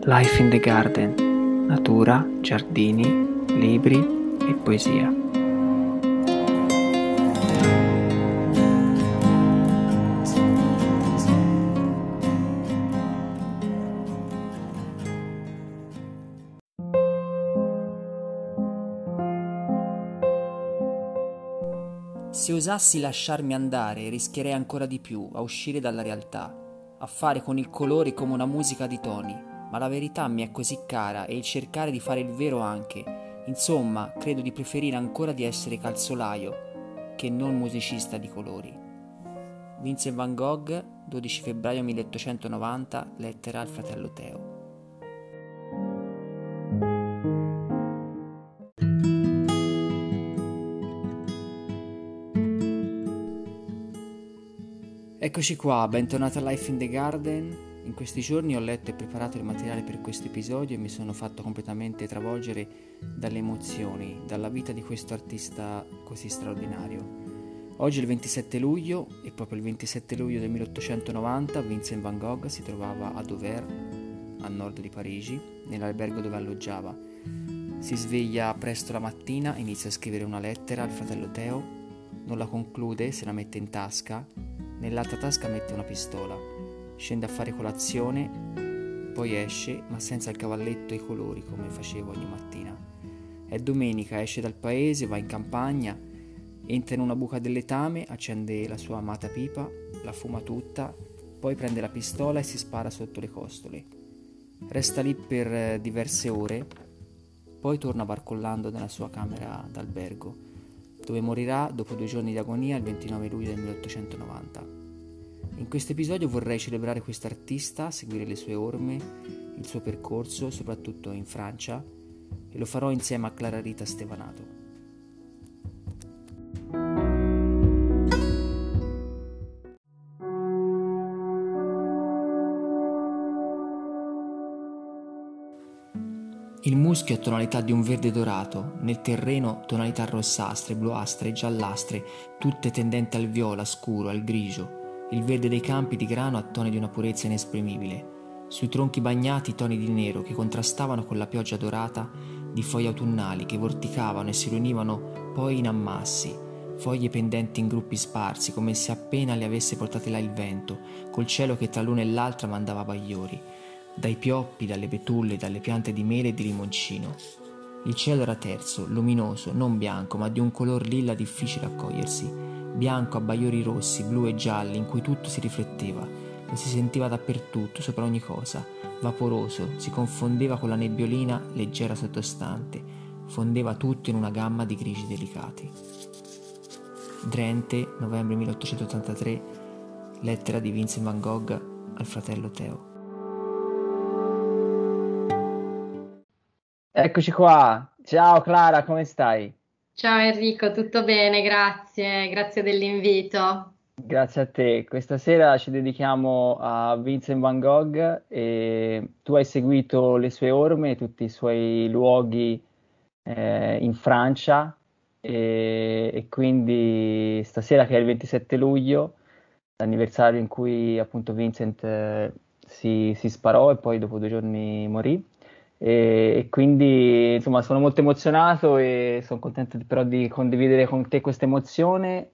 Life in the Garden, natura, giardini, libri e poesia. Se osassi lasciarmi andare, rischierei ancora di più a uscire dalla realtà, a fare con il colore come una musica di toni, ma la verità mi è così cara e il cercare di fare il vero anche. Insomma, credo di preferire ancora di essere calzolaio che non musicista di colori. Vincent van Gogh, 12 febbraio 1890, lettera al fratello Teo. Eccoci qua, bentornati a Life in the Garden. In questi giorni ho letto e preparato il materiale per questo episodio e mi sono fatto completamente travolgere dalle emozioni, dalla vita di questo artista così straordinario. Oggi è il 27 luglio e proprio il 27 luglio del 1890 Vincent van Gogh si trovava ad Auvers, a nord di Parigi, nell'albergo dove alloggiava. Si sveglia presto la mattina, inizia a scrivere una lettera al fratello Teo, non la conclude, se la mette in tasca. Nell'altra tasca mette una pistola, scende a fare colazione, poi esce, ma senza il cavalletto e i colori come faceva ogni mattina. È domenica, esce dal paese, va in campagna, entra in una buca del letame, accende la sua amata pipa, la fuma tutta, poi prende la pistola e si spara sotto le costole. Resta lì per diverse ore, poi torna barcollando nella sua camera d'albergo, dove morirà dopo 2 giorni di agonia il 29 luglio del 1890. In questo episodio vorrei celebrare questo artista, seguire le sue orme, il suo percorso, soprattutto in Francia, e lo farò insieme a Clara Rita Stevanato. Il muschio ha tonalità di un verde dorato, nel terreno tonalità rossastre, bluastre, giallastre, tutte tendenti al viola scuro, al grigio. Il verde dei campi di grano ha toni di una purezza inesprimibile. Sui tronchi bagnati toni di nero che contrastavano con la pioggia dorata di foglie autunnali che vorticavano e si riunivano poi in ammassi, foglie pendenti in gruppi sparsi come se appena le avesse portate là il vento, col cielo che tra l'una e l'altra mandava bagliori. Dai pioppi, dalle betulle, dalle piante di mele e di limoncino. Il cielo era terso, luminoso, non bianco, ma di un color lilla difficile a cogliersi, bianco a bagliori rossi, blu e gialli, in cui tutto si rifletteva, lo si sentiva dappertutto, sopra ogni cosa, vaporoso, si confondeva con la nebbiolina leggera sottostante, fondeva tutto in una gamma di grigi delicati. Drenthe, novembre 1883, lettera di Vincent van Gogh al fratello Teo. Eccoci qua, ciao Clara, come stai? Ciao Enrico, tutto bene? Grazie dell'invito. Grazie a te. Questa sera ci dedichiamo a Vincent van Gogh e tu hai seguito le sue orme, tutti i suoi luoghi in Francia e quindi stasera che è il 27 luglio, l'anniversario in cui appunto Vincent si sparò e poi dopo 2 giorni morì. E quindi insomma sono molto emozionato e sono contento però di condividere con te questa emozione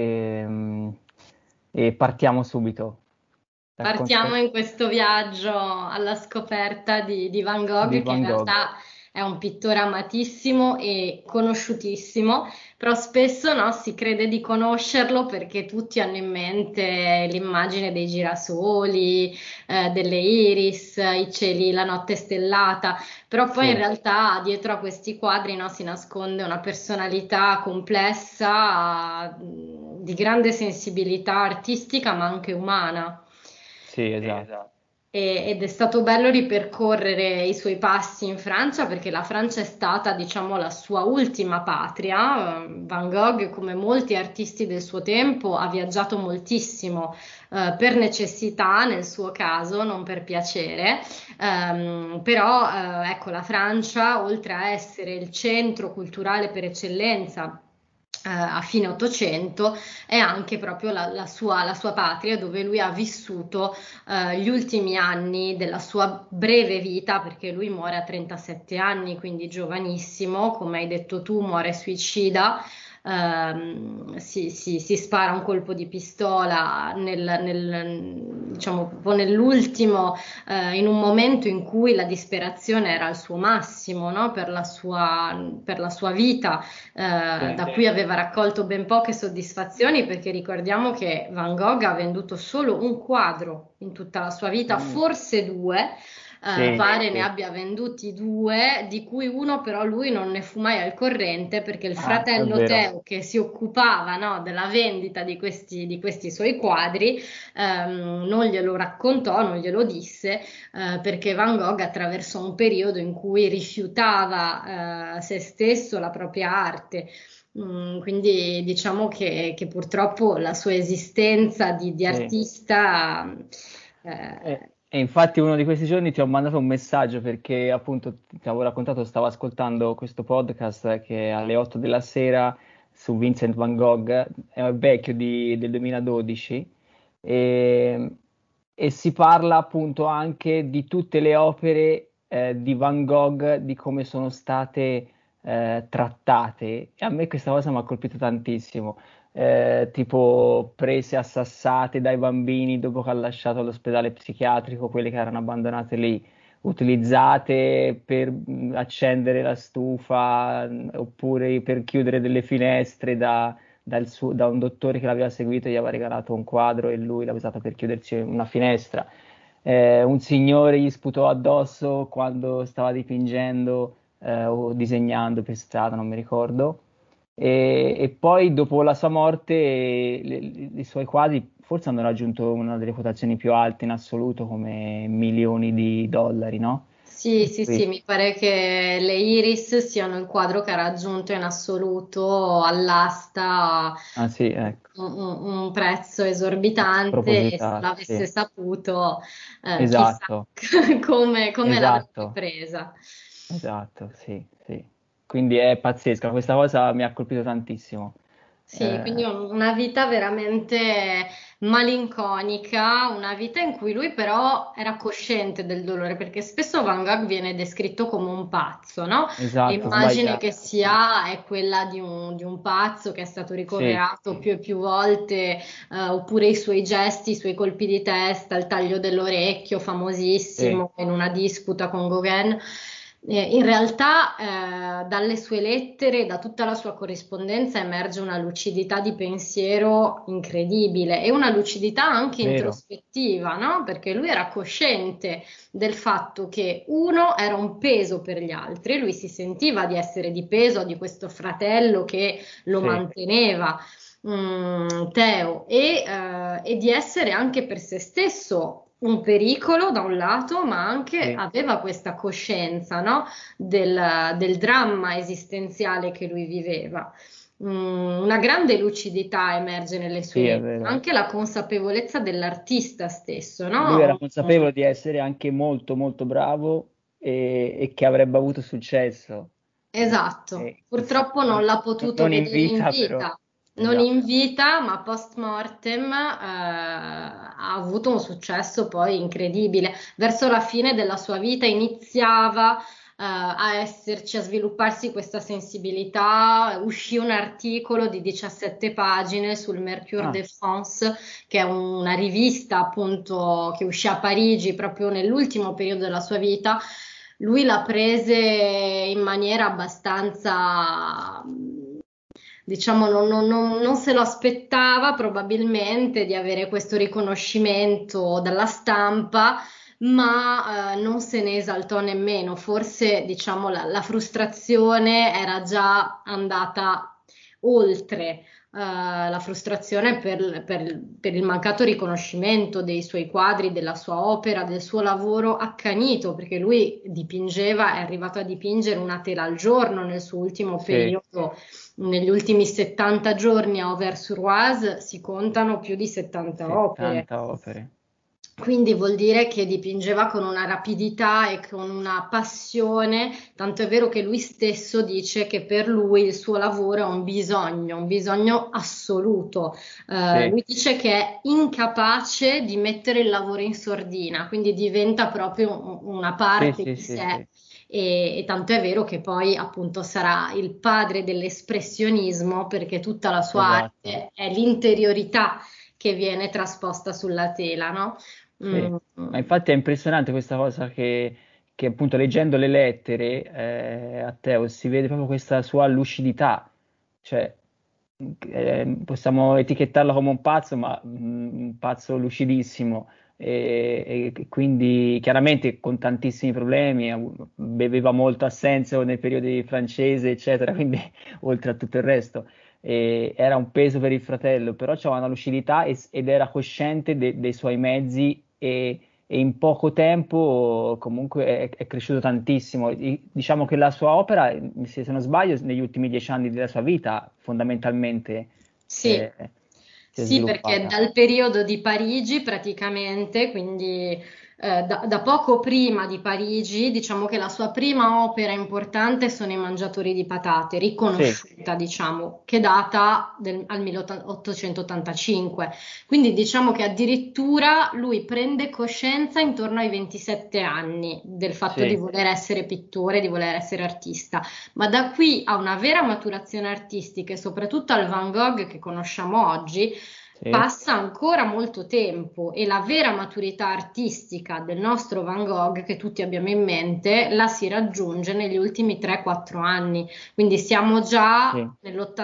e partiamo subito. Partiamo Racconta in questo viaggio alla scoperta di Van di Gogh, che in Van Gogh. realtà è un pittore amatissimo e conosciutissimo, però spesso no, si crede di conoscerlo perché tutti hanno in mente l'immagine dei girasoli, delle iris, i cieli, la notte stellata, però poi in Sì, realtà dietro a questi quadri no, si nasconde una personalità complessa, di grande sensibilità artistica ma anche umana. sì, Sì, esatto. esatto. Ed è stato bello ripercorrere i suoi passi in Francia perché la Francia è stata, diciamo, la sua ultima patria. Van Gogh, come molti artisti del suo tempo, ha viaggiato moltissimo, per necessità nel suo caso, non per piacere. Però ecco, la Francia, oltre a essere il centro culturale per eccellenza a fine Ottocento, è anche proprio la sua patria, dove lui ha vissuto gli ultimi anni della sua breve vita, perché lui muore a 37 anni, quindi giovanissimo, come hai detto tu, muore suicida. Si spara un colpo di pistola diciamo, proprio nell'ultimo, in un momento in cui la disperazione era al suo massimo, no? Per la sua vita, da cui aveva raccolto ben poche soddisfazioni, perché ricordiamo che Van Gogh ha venduto solo un quadro in tutta la sua vita, forse due. Pare ne abbia venduti due, di cui uno però lui non ne fu mai al corrente, perché il fratello Teo, che si occupava, no, della vendita di questi suoi quadri, non glielo raccontò, non glielo disse, perché Van Gogh attraversò un periodo in cui rifiutava se stesso, la propria arte. Quindi diciamo che purtroppo la sua esistenza di artista... E infatti uno di questi giorni ti ho mandato un messaggio perché appunto ti avevo raccontato, stavo ascoltando questo podcast che è alle 8 della sera su Vincent Van Gogh, è vecchio del 2012, e, e si parla appunto anche di tutte le opere di Van Gogh, di come sono state trattate. E a me questa cosa mi ha colpito tantissimo. Tipo prese a sassate dai bambini dopo che ha lasciato l'ospedale psichiatrico, quelle che erano abbandonate lì, utilizzate per accendere la stufa, oppure per chiudere delle finestre da un dottore che l'aveva seguito e gli aveva regalato un quadro e lui l'ha usato per chiudersi una finestra. Un signore gli sputò addosso quando stava dipingendo o disegnando per strada, non mi ricordo. E poi dopo la sua morte i suoi quadri forse hanno raggiunto una delle quotazioni più alte in assoluto, come milioni di dollari, no? Sì, mi pare che le Iris siano il quadro che ha raggiunto in assoluto all'asta Ah sì, ecco, un prezzo esorbitante, e se spropositato, l'avesse sì. saputo, chissà Esatto, come l'avrebbe esatto, presa. esatto, sì, sì. Quindi è pazzesca, questa cosa mi ha colpito tantissimo. Sì, quindi una vita veramente malinconica, una vita in cui lui però era cosciente del dolore, perché spesso Van Gogh viene descritto come un pazzo, no? Esatto, L'immagine sbagliato. che si ha è quella di un pazzo che è stato Sì, ricoverato più e più volte, oppure i suoi gesti, i suoi colpi di testa, il taglio dell'orecchio sì, famosissimo in una disputa con Gauguin. In realtà, dalle sue lettere, da tutta la sua corrispondenza, emerge una lucidità di pensiero incredibile e una lucidità anche vero, introspettiva, no? Perché lui era cosciente del fatto che uno era un peso per gli altri, lui si sentiva di essere di peso di questo fratello che lo sì, manteneva. Teo, e di essere anche per se stesso un pericolo da un lato, ma anche sì, aveva questa coscienza, no? Del dramma esistenziale che lui viveva. Una grande lucidità emerge nelle sue sì, è lettere, vero. anche la consapevolezza dell'artista stesso, Lui era no? consapevole di essere anche molto molto bravo e che avrebbe avuto successo. Esatto, Chissà, purtroppo non l'ha potuto non in vedere in vita, però. vita, non Esatto, in vita, ma post mortem ha avuto un successo poi incredibile. Verso la fine della sua vita iniziava a esserci, a svilupparsi questa sensibilità. Uscì un articolo di 17 pagine sul Mercure ah, de France, che è una rivista appunto che uscì a Parigi proprio nell'ultimo periodo della sua vita. Lui la prese in maniera abbastanza, diciamo, non se lo aspettava probabilmente di avere questo riconoscimento dalla stampa, ma non se ne esaltò nemmeno. Forse, diciamo, la frustrazione era già andata oltre. La frustrazione per il mancato riconoscimento dei suoi quadri, della sua opera, del suo lavoro accanito, perché lui dipingeva, è arrivato a dipingere una tela al giorno nel suo ultimo sì, periodo. Negli ultimi 70 giorni a Auvers-sur-Oise si contano più di 70 opere. 70 opere. Quindi vuol dire che dipingeva con una rapidità e con una passione, tanto è vero che lui stesso dice che per lui il suo lavoro è un bisogno assoluto. Sì, Lui dice che è incapace di mettere il lavoro in sordina, quindi diventa proprio una sì, parte sì, di sì, sé. sì, E tanto è vero che poi appunto sarà il padre dell'espressionismo perché tutta la sua esatto. arte è l'interiorità che viene trasposta sulla tela, no? Sì, Mm, ma mm. infatti è impressionante questa cosa che appunto leggendo le lettere a Teo si vede proprio questa sua lucidità, cioè possiamo etichettarlo come un pazzo, ma un pazzo lucidissimo e quindi chiaramente con tantissimi problemi, beveva molto assenso nei periodi francesi, eccetera, quindi oltre a tutto il resto era un peso per il fratello, però c'aveva una lucidità ed era cosciente dei suoi mezzi e in poco tempo comunque è cresciuto tantissimo. Diciamo che la sua opera, se non sbaglio, negli ultimi 10 anni della sua vita fondamentalmente Sì, eh, si è sì, perché sviluppata. dal periodo di Parigi praticamente, quindi da poco prima di Parigi, diciamo che la sua prima opera importante sono I Mangiatori di patate, Sì, riconosciuta, diciamo, che data al 1885. Quindi diciamo che addirittura lui prende coscienza intorno ai 27 anni del fatto di sì, voler essere pittore, di voler essere artista. Ma da qui a una vera maturazione artistica e soprattutto al Van Gogh che conosciamo oggi, sì, passa ancora molto tempo e la vera maturità artistica del nostro Van Gogh, che tutti abbiamo in mente, la si raggiunge negli ultimi 3-4 anni. Quindi siamo già sì,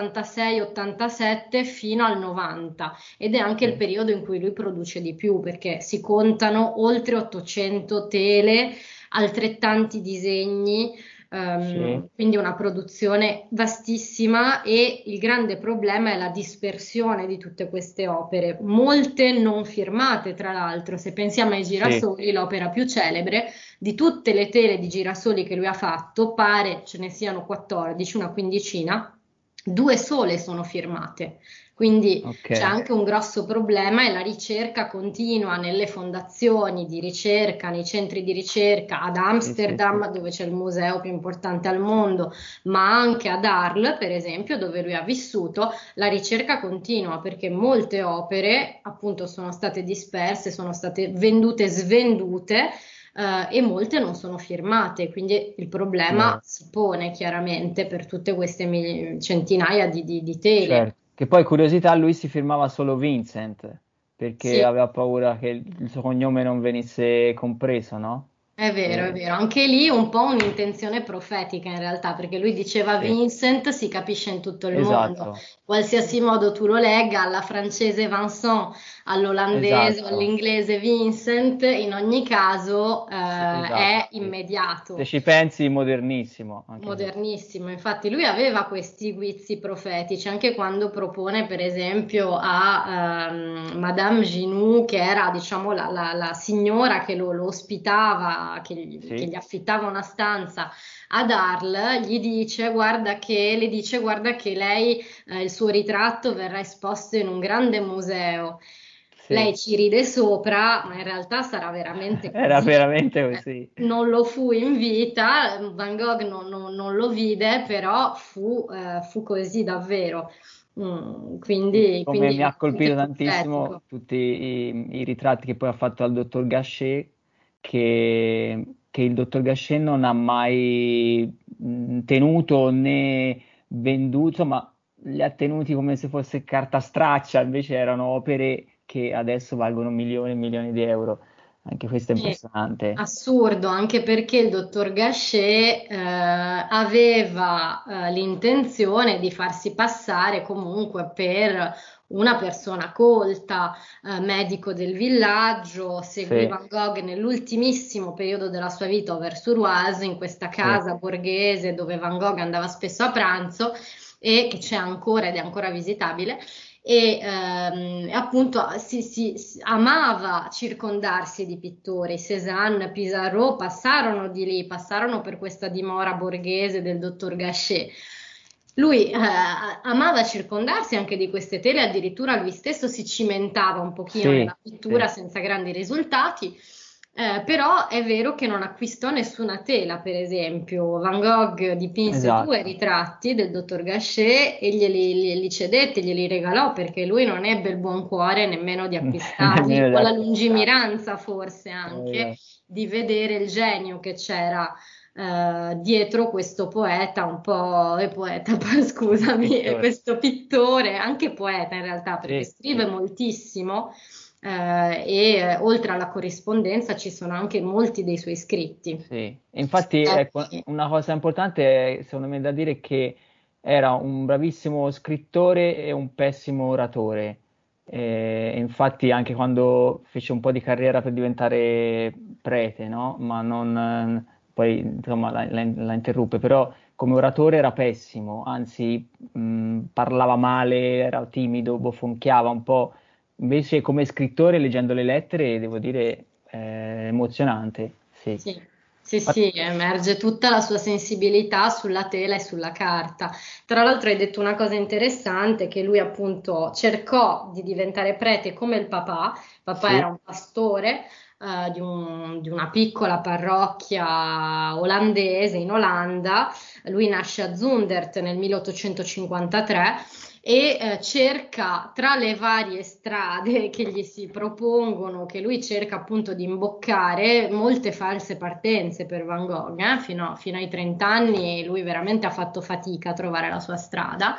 nell'86-87 fino al 90 ed è anche il sì, periodo in cui lui produce di più perché si contano oltre 800 tele, altrettanti disegni. sì, Quindi una produzione vastissima e il grande problema è la dispersione di tutte queste opere, molte non firmate tra l'altro. Se pensiamo ai sì. girasoli, l'opera più celebre di tutte le tele di girasoli che lui ha fatto, pare ce ne siano 14, una quindicina, due sole sono firmate. Quindi Ok, c'è anche un grosso problema e la ricerca continua nelle fondazioni di ricerca, nei centri di ricerca ad sì, sì, sì. Amsterdam, dove c'è il museo più importante al mondo, ma anche ad Arles, per esempio, dove lui ha vissuto. La ricerca continua perché molte opere, appunto, sono state disperse, sono state vendute, svendute. E molte non sono firmate, quindi il problema No, si pone chiaramente per tutte queste centinaia di tele. certo. Che poi curiosità, lui si firmava solo Vincent perché Sì, aveva paura che il suo cognome non venisse compreso, no? è vero, è Eh, vero. Anche lì un po' un'intenzione profetica in realtà, perché lui diceva sì, Vincent si capisce in tutto il mondo. esatto, Qualsiasi modo tu lo legga, alla francese Vincent, all'olandese o esatto, all'inglese Vincent, in ogni caso sì, è esatto, sì. Se immediato. ci pensi, modernissimo, anche se... Modernissimo, infatti lui aveva questi guizzi profetici anche quando propone per esempio a Madame Ginou, che era diciamo la signora che lo ospitava, che Sì, gli affittava una stanza ad Arles, le dice guarda che lei, il suo ritratto verrà esposto in un grande museo. Lei sì, ci ride sopra, ma in realtà sarà veramente era così. veramente così. Non lo fu in vita, Van Gogh non lo vide, però fu così davvero. Sì, Quindi come è mi ha veramente colpito tantissimo profetico. tutti i ritratti che poi ha fatto al dottor Gachet, che il dottor Gachet non ha mai tenuto né venduto, insomma, li ha tenuti come se fosse carta straccia, invece erano opere che adesso valgono milioni e milioni di euro. Anche questo è Sì, impressionante. assurdo, anche perché il dottor Gachet aveva l'intenzione di farsi passare comunque per una persona colta, medico del villaggio, seguì Sì, Van Gogh nell'ultimissimo periodo della sua vita a Auvers-sur-Oise, in questa sì, casa borghese dove Van Gogh andava spesso a pranzo e che c'è ancora ed è ancora visitabile e appunto amava circondarsi di pittori. Cézanne, Pissarro passarono di lì, passarono per questa dimora borghese del dottor Gachet. Lui amava circondarsi anche di queste tele, addirittura lui stesso si cimentava un pochino Sì, nella pittura sì, senza grandi risultati, però è vero che non acquistò nessuna tela, per esempio. Van Gogh dipinse due esatto. ritratti del dottor Gachet e li cedette, glieli regalò perché lui non ebbe il buon cuore nemmeno di acquistarli, Nemmeno o da la acquistare. lungimiranza forse anche Eh, di vedere il genio che c'era dietro questo poeta un po', poeta, poi scusami, Pittore. questo pittore, anche poeta in realtà, perché Sì, scrive sì. moltissimo oltre alla corrispondenza ci sono anche molti dei suoi scritti. Sì, e infatti ecco, Sì, una cosa importante secondo me da dire è che era un bravissimo scrittore e un pessimo oratore. E infatti anche quando fece un po' di carriera per diventare prete, no? Ma non, poi insomma la interruppe, però come oratore era pessimo, anzi parlava male, era timido, bofonchiava un po'. Invece come scrittore, leggendo le lettere, devo dire, emozionante, sì. sì, sì, sì, emerge tutta la sua sensibilità sulla tela e sulla carta. Tra l'altro hai detto una cosa interessante, che lui appunto cercò di diventare prete come il papà. Il papà era Sì, un pastore di una piccola parrocchia olandese in Olanda. Lui nasce a Zundert nel 1853 e cerca tra le varie strade che gli si propongono, che lui cerca appunto di imboccare, molte false partenze per Van Gogh, fino ai 30 anni lui veramente ha fatto fatica a trovare la sua strada.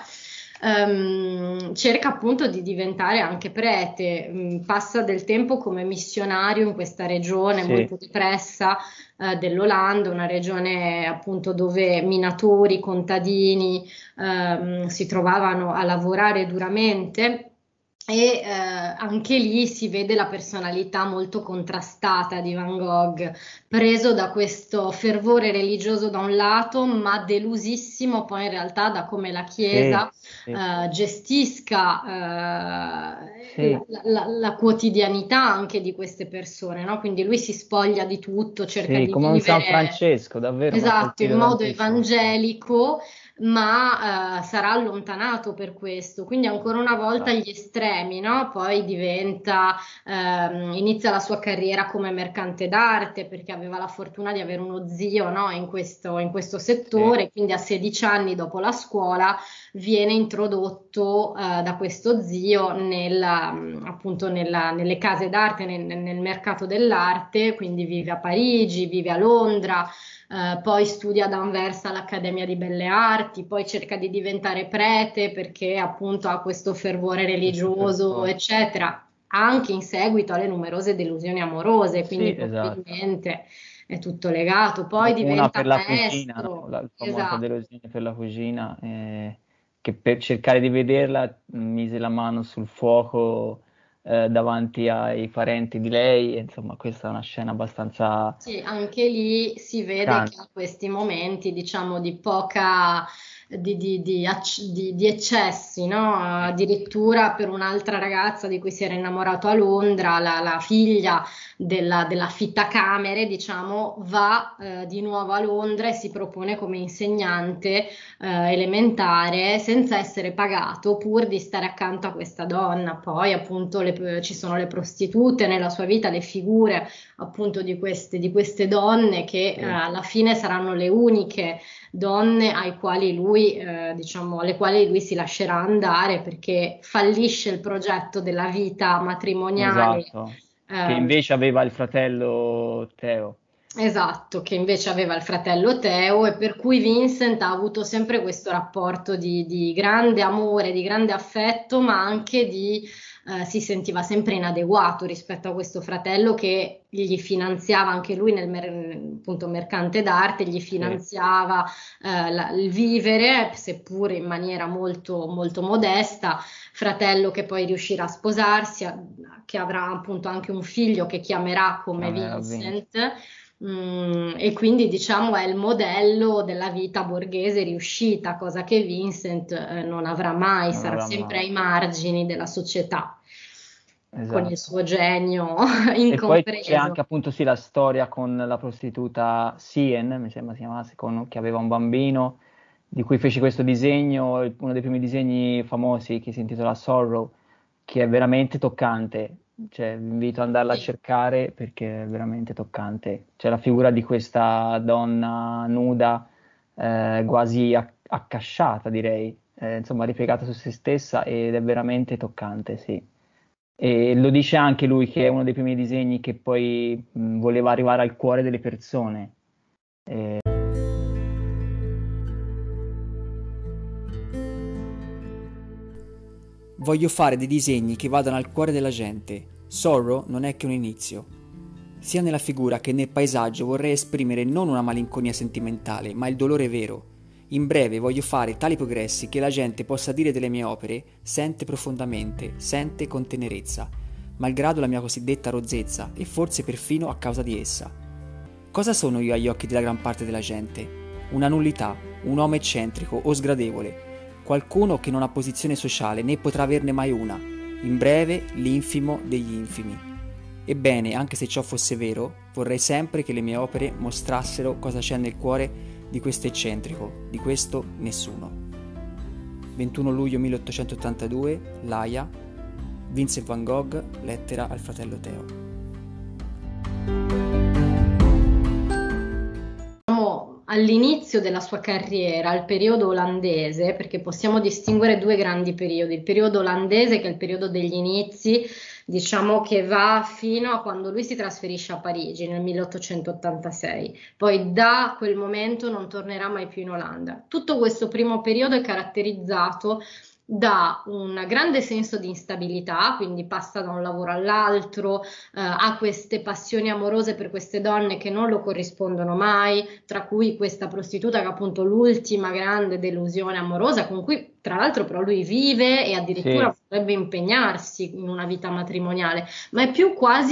Cerca appunto di diventare anche prete, passa del tempo come missionario in questa regione sì, molto depressa dell'Olanda, una regione appunto dove minatori, contadini si trovavano a lavorare duramente e anche lì si vede la personalità molto contrastata di Van Gogh, preso da questo fervore religioso da un lato, ma delusissimo poi in realtà da come la sì, Chiesa sì, gestisca sì, la quotidianità anche di queste persone, no? Quindi lui si spoglia di tutto, cerca sì, di come un San vivere Francesco, davvero mi ha esatto, in colpito modo tantissimo. evangelico, ma sarà allontanato per questo. Quindi ancora una volta Esatto. gli estremi, no? Poi inizia la sua carriera come mercante d'arte perché aveva la fortuna di avere uno zio, no? In questo Sì, settore, quindi a 16 anni dopo la scuola viene introdotto da questo zio appunto nelle case d'arte, nel mercato dell'arte, quindi vive a Parigi, vive a Londra, poi studia ad Anversa all'Accademia di Belle Arti, poi cerca di diventare prete perché appunto ha questo fervore questo religioso, fervore. eccetera, anche in seguito alle numerose delusioni amorose, Sì, quindi esatto. probabilmente è tutto legato. Poi Una diventa per la cugina, no? maestro, La famosa esatto. delusione per la cugina, che per cercare di vederla mise la mano sul fuoco davanti ai parenti di lei, e, insomma, questa è una scena abbastanza Sì, anche lì si vede che toccante. ha questi momenti, diciamo, di poca, di eccessi, no? Sì, Addirittura per un'altra ragazza di cui si era innamorato a Londra, la figlia dell'affittacamere, diciamo, va di nuovo a Londra e si propone come insegnante elementare senza essere pagato pur di stare accanto a questa donna. Poi appunto ci sono le prostitute nella sua vita, le figure appunto di queste donne che sì, alla fine saranno le uniche donne ai quali lui, diciamo, alle quali lui si lascerà andare perché fallisce il progetto della vita matrimoniale. esatto. Che ehm, invece aveva il fratello Teo. Esatto, che invece aveva il fratello Teo e per cui Vincent ha avuto sempre questo rapporto di grande amore, di grande affetto, ma anche si sentiva sempre inadeguato rispetto a questo fratello che gli finanziava anche lui appunto mercante d'arte, gli Sì, finanziava il vivere, seppur in maniera molto, molto modesta, fratello che poi riuscirà a sposarsi, che avrà appunto anche un figlio che chiamerà come chiamerà Vince. Vincent. E quindi diciamo è il modello della vita borghese riuscita, cosa che Vincent non avrà mai, Non sarà avrà sempre mai. ai margini della società, con il Esatto. suo genio E poi c'è incompreso. anche appunto sì la storia con la prostituta Sien, mi sembra si chiamasse, che aveva un bambino di cui feci questo disegno, uno dei primi disegni famosi che si intitola Sorrow, che è veramente toccante. Cioè, vi invito ad andarla a Sì. cercare perché è veramente toccante. C'è la figura di questa donna nuda, quasi accasciata, direi, insomma, ripiegata su se stessa ed è veramente toccante, sì. E lo dice anche lui che è uno dei primi disegni che poi voleva arrivare al cuore delle persone. Voglio fare dei disegni che vadano al cuore della gente. Sorrow non è che un inizio. Sia nella figura che nel paesaggio vorrei esprimere non una malinconia sentimentale, ma il dolore vero. In breve voglio fare tali progressi che la gente possa dire delle mie opere sente profondamente, sente con tenerezza, malgrado la mia cosiddetta rozzezza e forse perfino a causa di essa. Cosa sono io agli occhi della gran parte della gente? Una nullità, un uomo eccentrico o sgradevole, qualcuno che non ha posizione sociale né potrà averne mai una, in breve l'infimo degli infimi. Ebbene, anche se ciò fosse vero, vorrei sempre che le mie opere mostrassero cosa c'è nel cuore di questo eccentrico, di questo nessuno. 21 luglio 1882, L'Aia, Vincent van Gogh, lettera al fratello Teo. All'inizio della sua carriera, il periodo olandese, perché possiamo distinguere due grandi periodi, il periodo olandese che è il periodo degli inizi, diciamo che va fino a quando lui si trasferisce a Parigi nel 1886, poi da quel momento non tornerà mai più in Olanda. Tutto questo primo periodo è caratterizzato da un grande senso di instabilità, quindi passa da un lavoro all'altro, ha queste passioni amorose per queste donne che non lo corrispondono mai, tra cui questa prostituta che è appunto l'ultima grande delusione amorosa con cui tra l'altro però lui vive e addirittura Sì. potrebbe impegnarsi in una vita matrimoniale, ma è più quasi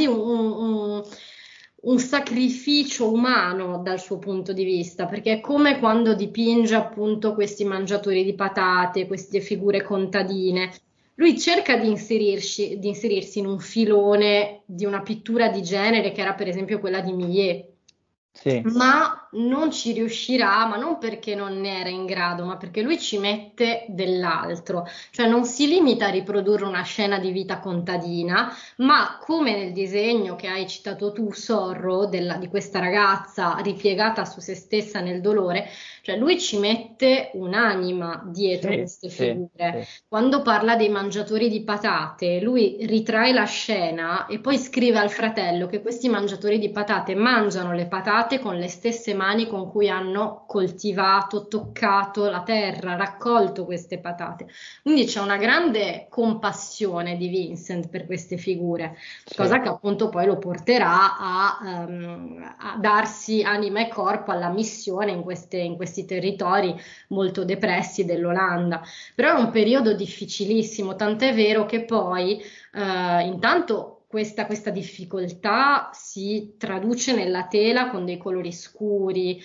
un sacrificio umano dal suo punto di vista, perché è come quando dipinge appunto questi mangiatori di patate, queste figure contadine. Lui cerca di inserirsi in un filone di una pittura di genere che era per esempio quella di Millet, Sì. ma non ci riuscirà, ma non perché non ne era in grado, ma perché lui ci mette dell'altro, cioè non si limita a riprodurre una scena di vita contadina, ma come nel disegno che hai citato tu, Sorro, di questa ragazza ripiegata su se stessa nel dolore, cioè lui ci mette un'anima dietro Sì, queste sì, figure. sì. Quando parla dei mangiatori di patate, lui ritrae la scena e poi scrive al fratello che questi mangiatori di patate mangiano le patate con le stesse mani con cui hanno coltivato, toccato la terra, raccolto queste patate. Quindi c'è una grande compassione di Vincent per queste figure, cosa Sì. che appunto poi lo porterà a darsi anima e corpo alla missione in questi territori molto depressi dell'Olanda. Però è un periodo difficilissimo, tant'è vero che poi intanto questa difficoltà si traduce nella tela con dei colori scuri,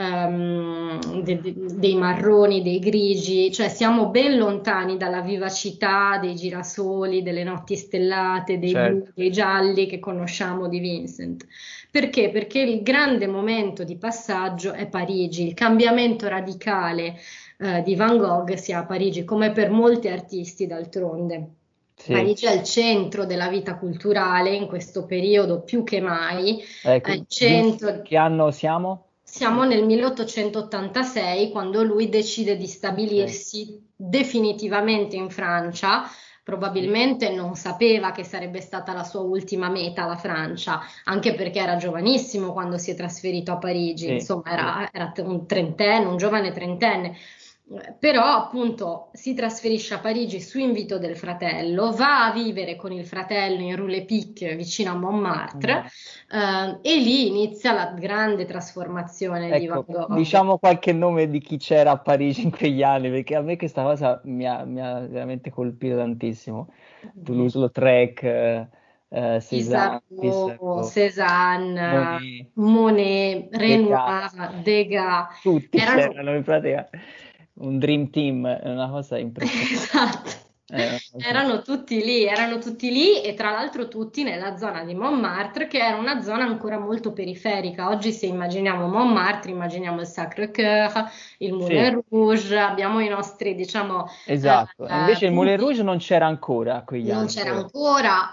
dei marroni, dei grigi, cioè siamo ben lontani dalla vivacità dei girasoli, delle notti stellate, dei blu, Certo. dei gialli che conosciamo di Vincent. Perché? Perché il grande momento di passaggio è Parigi, il cambiamento radicale di Van Gogh sia a Parigi, come per molti artisti d'altronde. Sì. Parigi è al centro della vita culturale in questo periodo più che mai, è Ecco, il centro. che anno siamo? Siamo nel 1886 quando lui decide di Ok. stabilirsi definitivamente in Francia. Sì. Probabilmente non sapeva che sarebbe stata la sua ultima meta, la Francia, anche perché era giovanissimo quando si è trasferito a Parigi, Sì, insomma sì. era un trentenne, un giovane trentenne. Però appunto si trasferisce a Parigi su invito del fratello, va a vivere con il fratello in Rue les Pic vicino a Montmartre, Mm. e lì inizia la grande trasformazione di Van Ecco, Gogh. diciamo qualche nome di chi c'era a Parigi in quegli anni, perché a me questa cosa mi ha veramente colpito tantissimo. Toulouse-Lautrec, Cézanne, Pissarro, Pissarro, Cézanne, Monet, Monet, Degas, Renoir, Degas, tutti erano c'erano in pratica un dream team, è una cosa impressionante. esatto. È una erano tutti lì e tra l'altro tutti nella zona di Montmartre, che era una zona ancora molto periferica. Oggi se immaginiamo Montmartre, immaginiamo il Sacré-Cœur, il Sì, Moulin Rouge, abbiamo i nostri, diciamo, esatto. E invece il Moulin punti. Rouge non c'era ancora a quegli Non anni, c'era vero? ancora,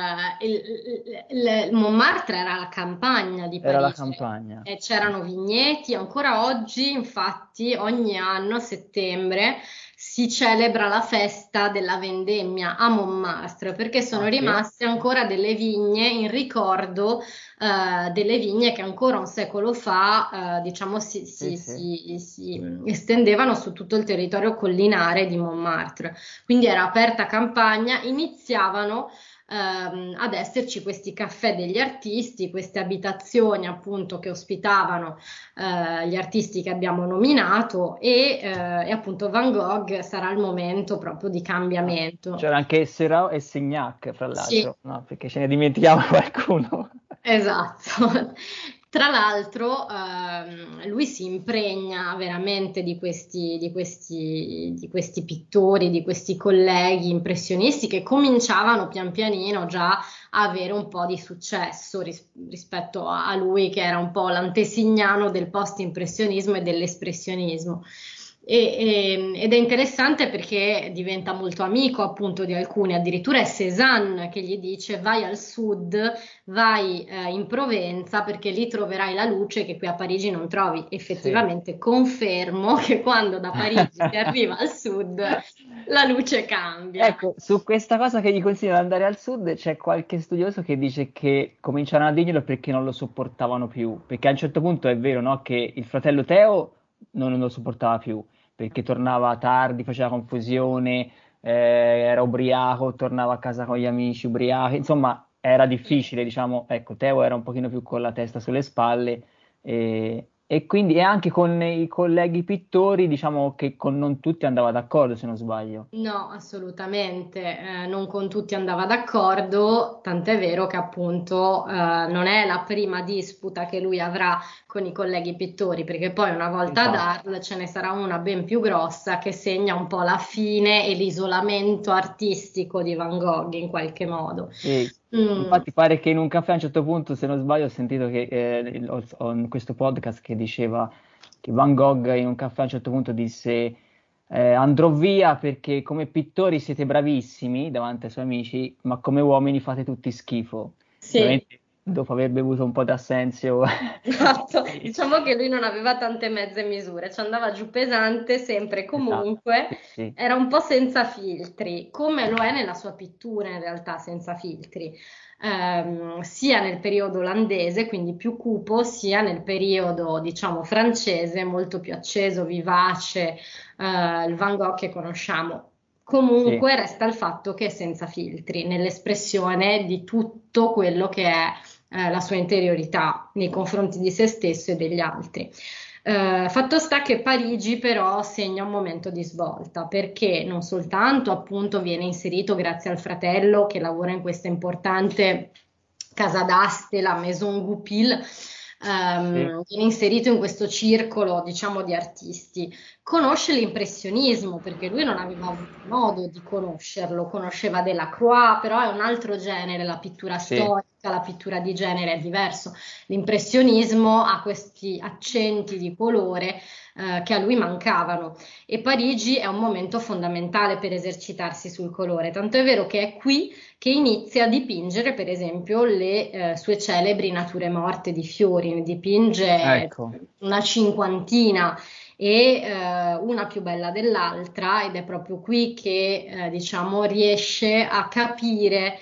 il Montmartre era la campagna di Era la Parigi campagna. e c'erano vigneti. Ancora oggi, infatti, ogni anno a settembre si celebra la festa della vendemmia a Montmartre perché sono Ah, sì? rimaste ancora delle vigne in ricordo delle vigne che ancora un secolo fa, diciamo, Sì, sì. si estendevano su tutto il territorio collinare di Montmartre. Quindi era aperta campagna, iniziavano ad esserci questi caffè degli artisti, queste abitazioni appunto che ospitavano gli artisti che abbiamo nominato e appunto Van Gogh sarà il momento proprio di Ah, cambiamento. c'era anche Serao e Signac, fra Sì, l'altro, no? Perché ce ne dimentichiamo qualcuno. esatto. Tra l'altro, lui si impregna veramente di questi pittori, di questi colleghi impressionisti che cominciavano pian pianino già a avere un po' di successo rispetto a lui, che era un po' l'antesignano del post-impressionismo e dell'espressionismo. Ed è interessante perché diventa molto amico appunto di alcuni, addirittura è Cézanne che gli dice vai al sud, vai in Provenza perché lì troverai la luce che qui a Parigi non trovi. Sì. Effettivamente confermo che quando da Parigi si arriva al sud la luce cambia. Ecco, su questa cosa che gli consigliano di andare al sud c'è qualche studioso che dice che cominciarono a dirglielo perché non lo sopportavano più, perché a un certo punto è vero, no, che il fratello Teo non lo sopportava più, perché tornava tardi, faceva confusione, era ubriaco, tornava a casa con gli amici ubriachi, insomma era difficile, diciamo, ecco, Teo era un pochino più con la testa sulle spalle e quindi e anche con i colleghi pittori, diciamo che con non tutti andava d'accordo, se non sbaglio. No, assolutamente, non con tutti andava d'accordo, tant'è vero che appunto non è la prima disputa che lui avrà con i colleghi pittori, perché poi una volta ad Infatti. Arles ce ne sarà una ben più grossa che segna un po' la fine e l'isolamento artistico di Van Gogh in qualche modo. E Mm, infatti pare che in un caffè a un certo punto, se non sbaglio, ho sentito che ho in questo podcast che diceva che Van Gogh in un caffè a un certo punto disse andrò via perché come pittori siete bravissimi davanti ai suoi amici, ma come uomini fate tutti schifo. sì. Ovviamente dopo aver bevuto un po' d'assenzio. Esatto, Sì, diciamo che lui non aveva tante mezze misure, ci andava giù pesante sempre e esatto, comunque, sì, sì, era un po' senza filtri, come lo è nella sua pittura in realtà senza filtri, sia nel periodo olandese, quindi più cupo, sia nel periodo diciamo francese, molto più acceso, vivace, il Van Gogh che conosciamo. sì, Comunque resta il fatto che è senza filtri nell'espressione di tutto quello che è la sua interiorità nei confronti di se stesso e degli altri. Fatto sta che Parigi però segna un momento di svolta perché non soltanto appunto viene inserito grazie al fratello che lavora in questa importante casa d'aste, la Maison Goupil, sì, viene inserito in questo circolo diciamo di artisti. Conosce l'impressionismo perché lui non aveva avuto modo di conoscerlo, conosceva Delacroix, però è un altro genere, la pittura sì, storica, la pittura di genere è diverso. L'impressionismo ha questi accenti di colore che a lui mancavano e Parigi è un momento fondamentale per esercitarsi sul colore, tanto è vero che è qui che inizia a dipingere per esempio le sue celebri nature morte di fiori, ne dipinge ecco, una cinquantina e una più bella dell'altra ed è proprio qui che diciamo riesce a capire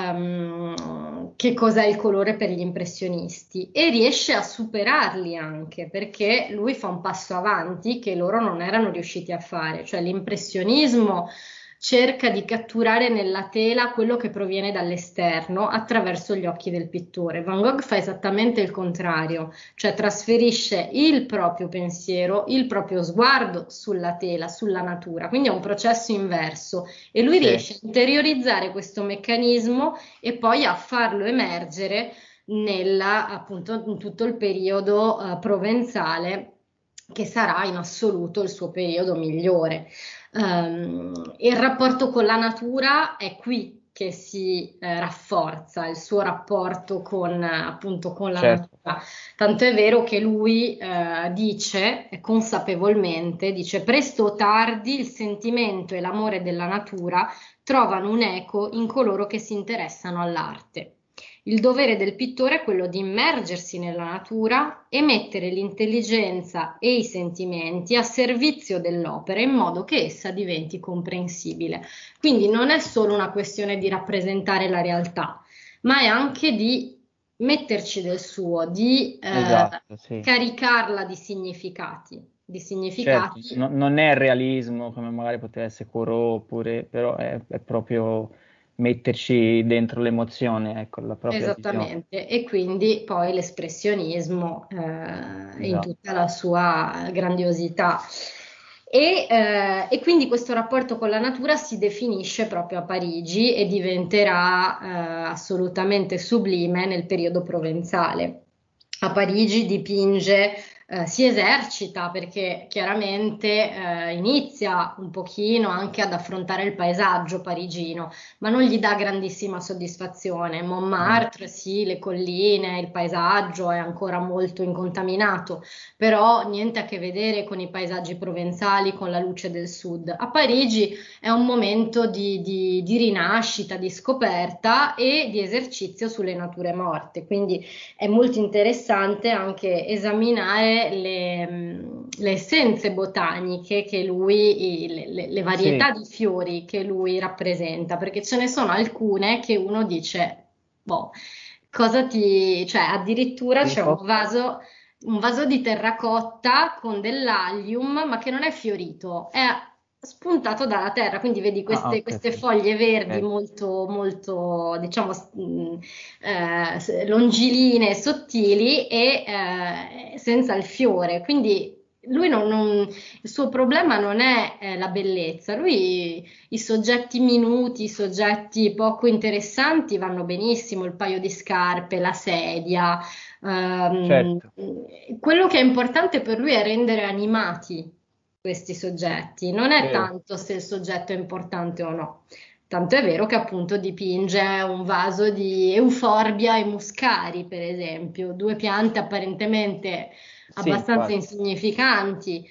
che cos'è il colore per gli impressionisti e riesce a superarli anche perché lui fa un passo avanti che loro non erano riusciti a fare, cioè l'impressionismo cerca di catturare nella tela quello che proviene dall'esterno attraverso gli occhi del pittore. Van Gogh fa esattamente il contrario, cioè trasferisce il proprio pensiero, il proprio sguardo sulla tela, sulla natura, quindi è un processo inverso e lui sì. riesce a interiorizzare questo meccanismo e poi a farlo emergere appunto, in tutto il periodo provenzale che sarà in assoluto il suo periodo migliore. Il rapporto con la natura è qui che si rafforza il suo rapporto con, appunto, con la certo. natura. Tanto è vero che lui dice, consapevolmente, dice presto o tardi il sentimento e l'amore della natura trovano un eco in coloro che si interessano all'arte. Il dovere del pittore è quello di immergersi nella natura e mettere l'intelligenza e i sentimenti a servizio dell'opera in modo che essa diventi comprensibile. Quindi non è solo una questione di rappresentare la realtà, ma è anche di metterci del suo, di Esatto, sì. caricarla di significati, di Certo, significati. non è realismo come magari poteva essere Corot, oppure, però è proprio metterci dentro l'emozione, ecco, la propria visione. Esattamente, e quindi poi l'espressionismo in Esatto. tutta la sua grandiosità. E quindi questo rapporto con la natura si definisce proprio a Parigi e diventerà assolutamente sublime nel periodo provenzale. A Parigi dipinge, si esercita perché chiaramente inizia un pochino anche ad affrontare il paesaggio parigino, ma non gli dà grandissima soddisfazione. Mm. Montmartre, sì, le colline, il paesaggio è ancora molto incontaminato, però niente a che vedere con i paesaggi provenzali, con la luce del sud. A Parigi è un momento di rinascita, di scoperta e di esercizio sulle nature morte, quindi è molto interessante anche esaminare le essenze botaniche che lui, le varietà Sì, di fiori che lui rappresenta, perché ce ne sono alcune che uno dice, boh, cioè addirittura c'è tipo? un vaso di terracotta con dell'allium, ma che non è fiorito, è spuntato dalla terra, quindi vedi Ah, ok, queste ok. foglie verdi Ok. molto, molto, diciamo, longilinee, sottili e senza il fiore. Quindi lui il suo problema non è la bellezza, lui i soggetti minuti, i soggetti poco interessanti vanno benissimo, il paio di scarpe, la sedia. Ehm, Certo, Quello che è importante per lui è rendere animati questi soggetti, non è vero. tanto se il soggetto è importante o no. Tanto è vero che appunto dipinge un vaso di euforbia e muscari, per esempio, due piante apparentemente Sì, abbastanza infatti. insignificanti.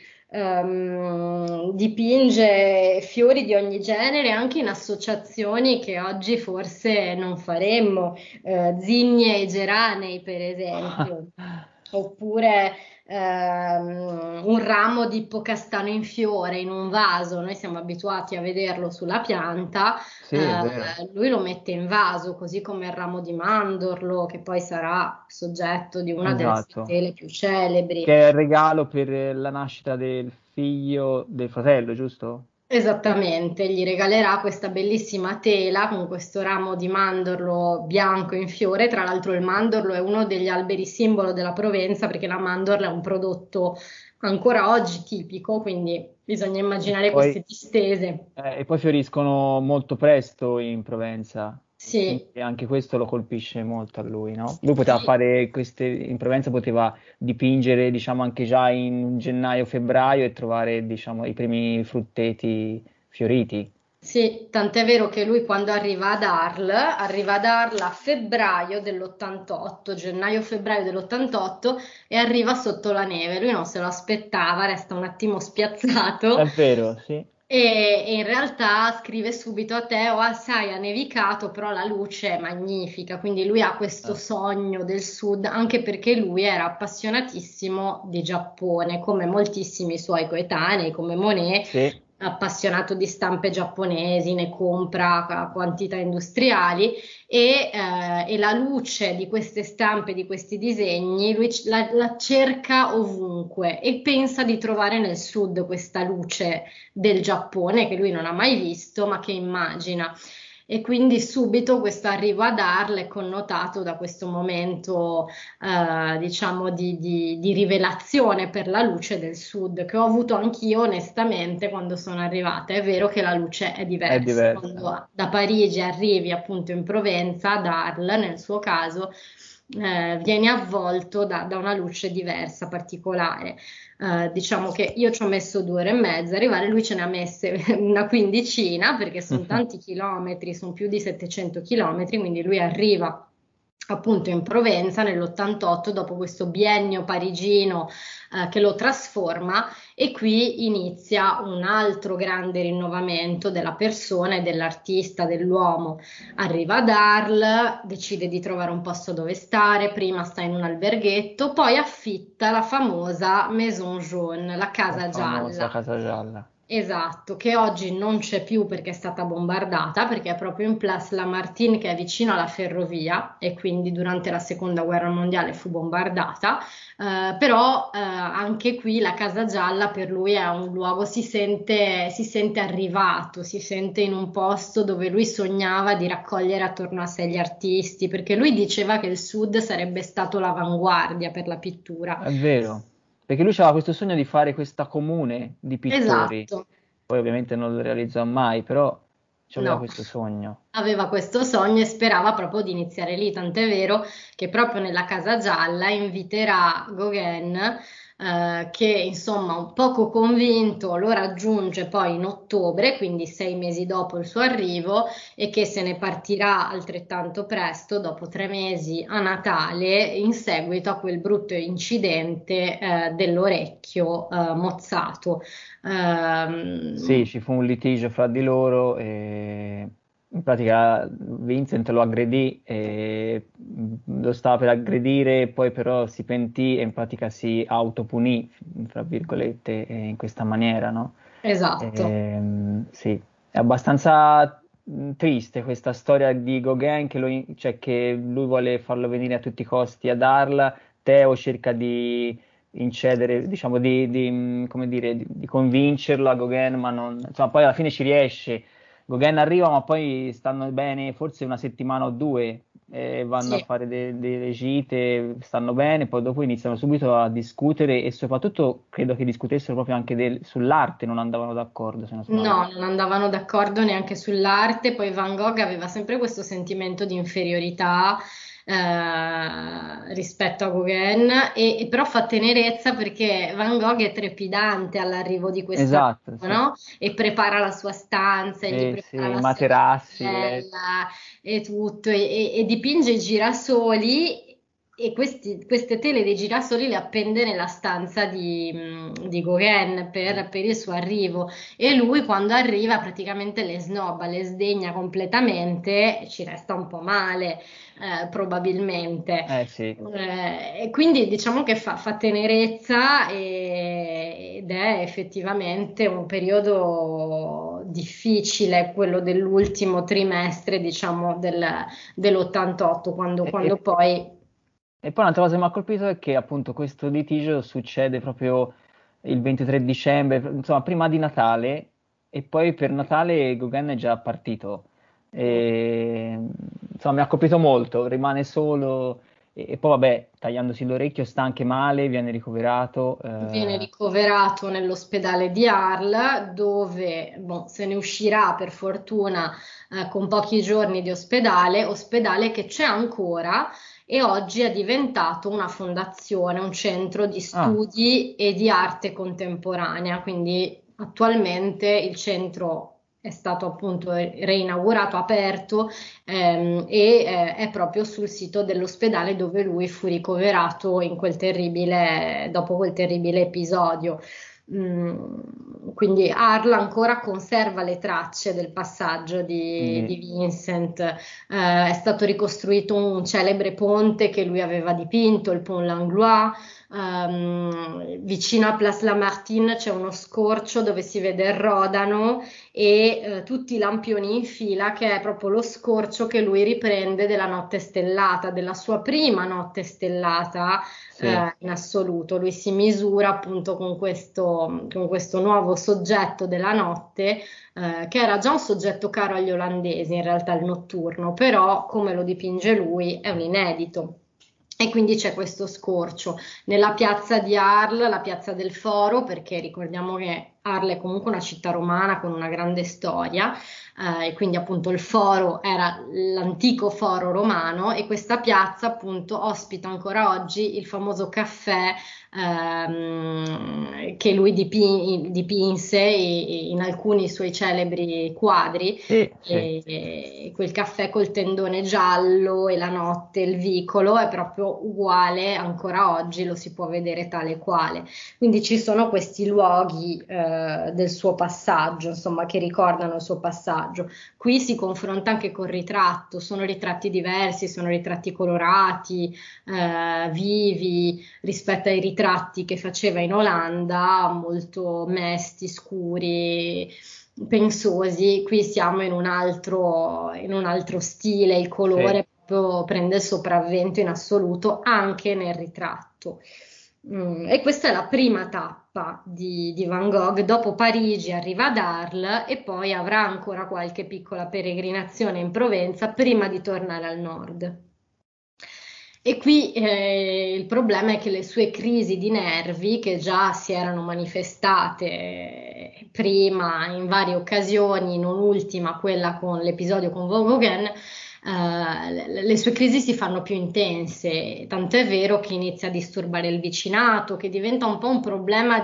Dipinge fiori di ogni genere anche in associazioni che oggi forse non faremmo, zinnie e geranei, per esempio, oppure un ramo di ippocastano in fiore in un vaso. Noi siamo abituati a vederlo sulla pianta, Sì, è vero. lui lo mette in vaso, così come il ramo di mandorlo, che poi sarà soggetto di una delle sue Esatto. tele più celebri. Che è il regalo per la nascita del figlio del fratello, giusto? Esattamente, gli regalerà questa bellissima tela con questo ramo di mandorlo bianco in fiore. Tra l'altro, il mandorlo è uno degli alberi simbolo della Provenza perché la mandorla è un prodotto ancora oggi tipico, quindi bisogna E immaginare poi, queste distese. e poi fioriscono molto presto in Provenza, Sì, quindi anche questo lo colpisce molto a lui, no? Lui poteva sì, fare queste, in Provenza poteva dipingere, diciamo, anche già in gennaio-febbraio e trovare, diciamo, i primi frutteti fioriti. sì, tant'è vero che lui quando arriva ad Arles a febbraio dell'88, gennaio-febbraio dell'88 e arriva sotto la neve. Lui non se lo aspettava, resta un attimo spiazzato È vero, sì. e in realtà scrive subito a Teo, ah, sai, ha nevicato, però la luce è magnifica. Quindi lui ha questo Ah, sogno del sud, anche perché lui era appassionatissimo di Giappone, come moltissimi suoi coetanei, come Monet sì, appassionato di stampe giapponesi, ne compra a quantità industriali e la luce di queste stampe, di questi disegni, lui la cerca ovunque e pensa di trovare nel sud questa luce del Giappone che lui non ha mai visto, ma che immagina. E quindi subito questo arrivo ad Arles è connotato da questo momento, diciamo, di rivelazione per la luce del sud, che ho avuto anch'io onestamente quando sono arrivata. È vero che la luce è è diversa. diversa. Quando da Parigi arrivi appunto in Provenza, ad Arles nel suo caso, viene avvolto da una luce diversa, particolare. Diciamo che io ci ho messo 2 ore e mezza, arrivare lui ce ne ha messe una quindicina, perché sono tanti chilometri, sono più di 700 chilometri, quindi lui arriva appunto in Provenza nell'88 dopo questo biennio parigino che lo trasforma, e qui inizia un altro grande rinnovamento della persona e dell'artista, dell'uomo. Arriva ad Arles, decide di trovare un posto dove stare, prima sta in un alberghetto, poi affitta la famosa Maison Jaune, la La casa famosa gialla. Casa Gialla. Esatto, che oggi non c'è più perché è stata bombardata, perché è proprio in Place Lamartine, che è vicino alla ferrovia, e quindi durante la seconda guerra mondiale fu bombardata. Però anche qui la Casa Gialla per lui è un luogo, si sente arrivato, si sente in un posto dove lui sognava di raccogliere attorno a sé gli artisti, perché lui diceva che il Sud sarebbe stato l'avanguardia per la pittura. È vero, perché lui aveva questo sogno di fare questa comune di pittori, Esatto. poi ovviamente non lo realizzò mai, però aveva No, questo sogno. aveva questo sogno e sperava proprio di iniziare lì, tant'è vero che proprio nella Casa Gialla inviterà Gauguin, che insomma un poco convinto lo raggiunge poi in ottobre, quindi 6 mesi dopo il suo arrivo, e che se ne partirà altrettanto presto, dopo 3 mesi a Natale, in seguito a quel brutto incidente, dell'orecchio, mozzato. Sì, Ehm, ci fu un litigio fra di loro e in pratica Vincent lo aggredì e lo stava per aggredire, poi però si pentì e in pratica si autopunì, fra virgolette, in questa maniera, no? esatto. Sì, è abbastanza triste questa storia di Gauguin cioè che lui vuole farlo venire a tutti i costi ad Arles. Teo cerca di incedere, diciamo, come dire, di convincerlo a Gauguin, ma non, insomma, poi alla fine ci riesce. Gauguin arriva, ma poi stanno bene forse una settimana o due, vanno a Sì. fare delle gite, stanno bene, poi dopo iniziano subito a discutere e soprattutto credo che discutessero proprio anche sull'arte, non andavano d'accordo, se non sbaglio. No, non andavano d'accordo neanche sull'arte, poi Van Gogh aveva sempre questo sentimento di inferiorità rispetto a Gauguin, e però fa tenerezza perché Van Gogh è trepidante all'arrivo di questa Esatto, sì. no? E prepara la sua stanza, e gli Sì, prepara i la materassi, il letto. sedella e tutto, e dipinge i girasoli. E queste tele dei girasoli le appende nella stanza di Gauguin per il suo arrivo, e lui quando arriva praticamente le snobba, le sdegna completamente, e ci resta un po' male, probabilmente. Eh sì. E quindi diciamo che fa tenerezza, ed è effettivamente un periodo difficile, quello dell'ultimo trimestre, diciamo, dell'88, quando, E, quando e- poi... e poi un'altra cosa che mi ha colpito è che appunto questo litigio succede proprio il 23 dicembre, insomma prima di Natale, e poi per Natale Gauguin è già partito. E, insomma mi ha colpito molto, rimane solo e poi vabbè, tagliandosi l'orecchio sta anche male, viene ricoverato. Viene ricoverato nell'ospedale di Arles, dove boh, se ne uscirà per fortuna, con pochi giorni di ospedale, ospedale che c'è ancora, e oggi è diventato una fondazione, un centro di Ah, studi e di arte contemporanea. Quindi attualmente il centro è stato appunto reinaugurato, aperto, è proprio sul sito dell'ospedale dove lui fu ricoverato dopo quel terribile episodio. Quindi Arla ancora conserva le tracce del passaggio di di- Vincent. È stato ricostruito un celebre ponte che lui aveva dipinto, il Pont Langlois. Vicino a Place Lamartine c'è uno scorcio dove si vede il Rodano, e tutti i lampioni in fila, che è proprio lo scorcio che lui riprende della notte stellata, della sua prima notte stellata, sì. in assoluto. Lui si misura appunto con questo nuovo soggetto della notte, che era già un soggetto caro agli olandesi, in realtà il notturno, però come lo dipinge lui è un inedito. E quindi c'è questo scorcio nella piazza di Arles, la piazza del Foro, perché ricordiamo che Arles è comunque una città romana con una grande storia, e quindi appunto il foro era l'antico foro romano e questa piazza appunto ospita ancora oggi il famoso caffè che lui dipinse in alcuni suoi celebri quadri, Sì, sì. e quel caffè col tendone giallo e la notte, il vicolo è proprio uguale ancora oggi, lo si può vedere tale quale. Quindi ci sono questi luoghi del suo passaggio, insomma, che ricordano il suo passaggio. Qui si confronta anche col ritratto, sono ritratti diversi, sono ritratti colorati, vivi rispetto ai ritratti che faceva in Olanda, molto mesti, scuri, pensosi. Qui siamo in un altro stile, il Sì. colore proprio prende il sopravvento in assoluto anche nel ritratto. E questa è la prima tappa di Van Gogh. Dopo Parigi arriva ad Arles e poi avrà ancora qualche piccola peregrinazione in Provenza prima di tornare al nord. E qui il problema è che le sue crisi di nervi, che già si erano manifestate prima in varie occasioni, non ultima quella con l'episodio con Van Gogh, le sue crisi si fanno più intense, tanto è vero che inizia a disturbare il vicinato, che diventa un po' un problema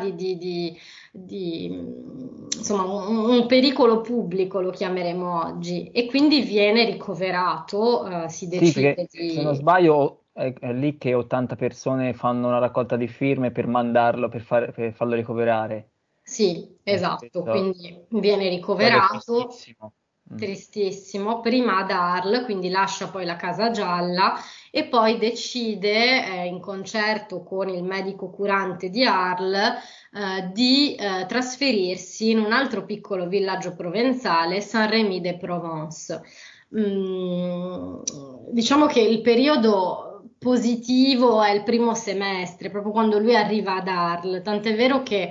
insomma, un pericolo pubblico, lo chiameremo oggi, e quindi viene ricoverato, si Sì, perché decide se non di... sbaglio è lì che 80 persone fanno una raccolta di firme per mandarlo, per farlo ricoverare. Sì, esatto, Questo quindi viene episodio è ricoverato, tristissimo. Mm. tristissimo, prima ad Arles, quindi lascia poi la Casa Gialla e poi decide, in concerto con il medico curante di Arles, di trasferirsi in un altro piccolo villaggio provenzale, Saint-Rémy-de-Provence. Mm, diciamo che il periodo positivo è il primo semestre, proprio quando lui arriva ad Arles, tant'è vero che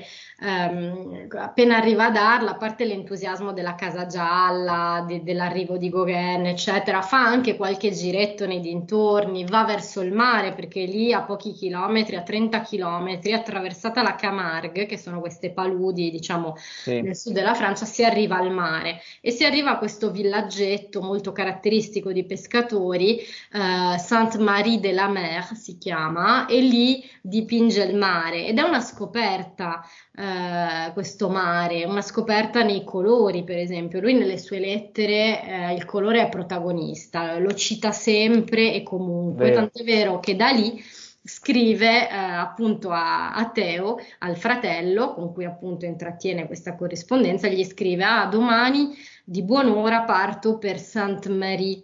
appena arriva ad Arles, a parte l'entusiasmo della Casa Gialla, dell'arrivo di Gauguin, eccetera, fa anche qualche giretto nei dintorni, va verso il mare perché lì a pochi chilometri, a 30 chilometri, attraversata la Camargue, che sono queste paludi, diciamo, Sì, nel sud della Francia, si arriva al mare e si arriva a questo villaggetto molto caratteristico di pescatori, Sainte-Marie de la Mer si chiama, e lì dipinge il mare ed è una scoperta, questo mare, una scoperta nei colori, per esempio. Lui nelle sue lettere, il colore è protagonista, lo cita sempre e comunque, vero. tant'è vero che da lì scrive appunto a Teo, al fratello con cui appunto intrattiene questa corrispondenza, gli scrive: Ah, domani di buon'ora parto per Sainte-Marie,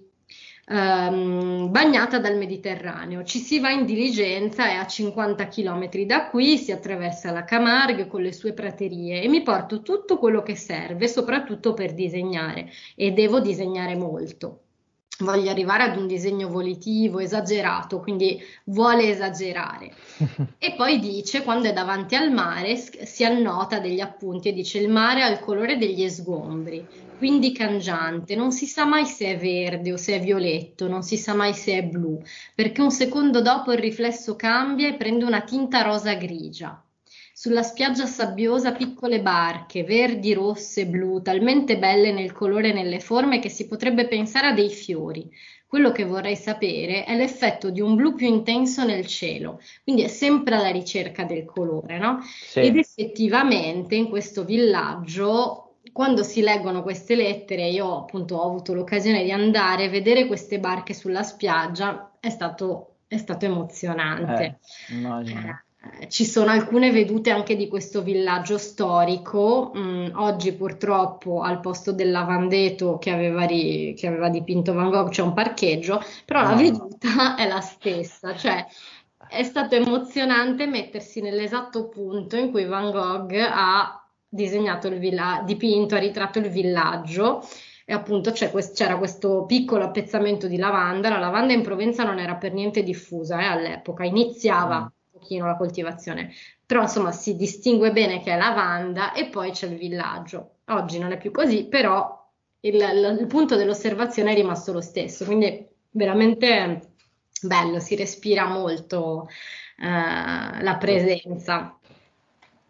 bagnata dal Mediterraneo. Ci si va in diligenza, è a 50 km da qui, si attraversa la Camargue con le sue praterie e mi porto tutto quello che serve, soprattutto per disegnare, e devo disegnare molto. Voglio arrivare ad un disegno volitivo, esagerato, quindi vuole esagerare. E poi dice, quando è davanti al mare, si annota degli appunti e dice: il mare ha il colore degli sgombri, quindi cangiante, non si sa mai se è verde o se è violetto, non si sa mai se è blu, perché un secondo dopo il riflesso cambia e prende una tinta rosa grigia. Sulla spiaggia sabbiosa piccole barche, verdi, rosse, blu, talmente belle nel colore e nelle forme che si potrebbe pensare a dei fiori. Quello che vorrei sapere è l'effetto di un blu più intenso nel cielo, quindi è sempre alla ricerca del colore, no? Ed Sì, effettivamente in questo villaggio, quando si leggono queste lettere, io appunto ho avuto l'occasione di andare, vedere queste barche sulla spiaggia, è stato emozionante. immagino. Ci sono alcune vedute anche di questo villaggio storico. Oggi purtroppo al posto del lavandeto che aveva dipinto Van Gogh c'è un parcheggio, però la No, no. veduta è la stessa, cioè è stato emozionante mettersi nell'esatto punto in cui Van Gogh ha disegnato dipinto, ha ritratto il villaggio. E appunto c'era questo piccolo appezzamento di lavanda. La lavanda in Provenza non era per niente diffusa, all'epoca, iniziava Mm. un pochino la coltivazione, però insomma si distingue bene che è lavanda e poi c'è il villaggio. Oggi non è più così, però il punto dell'osservazione è rimasto lo stesso, quindi veramente bello, si respira molto la Sì. presenza.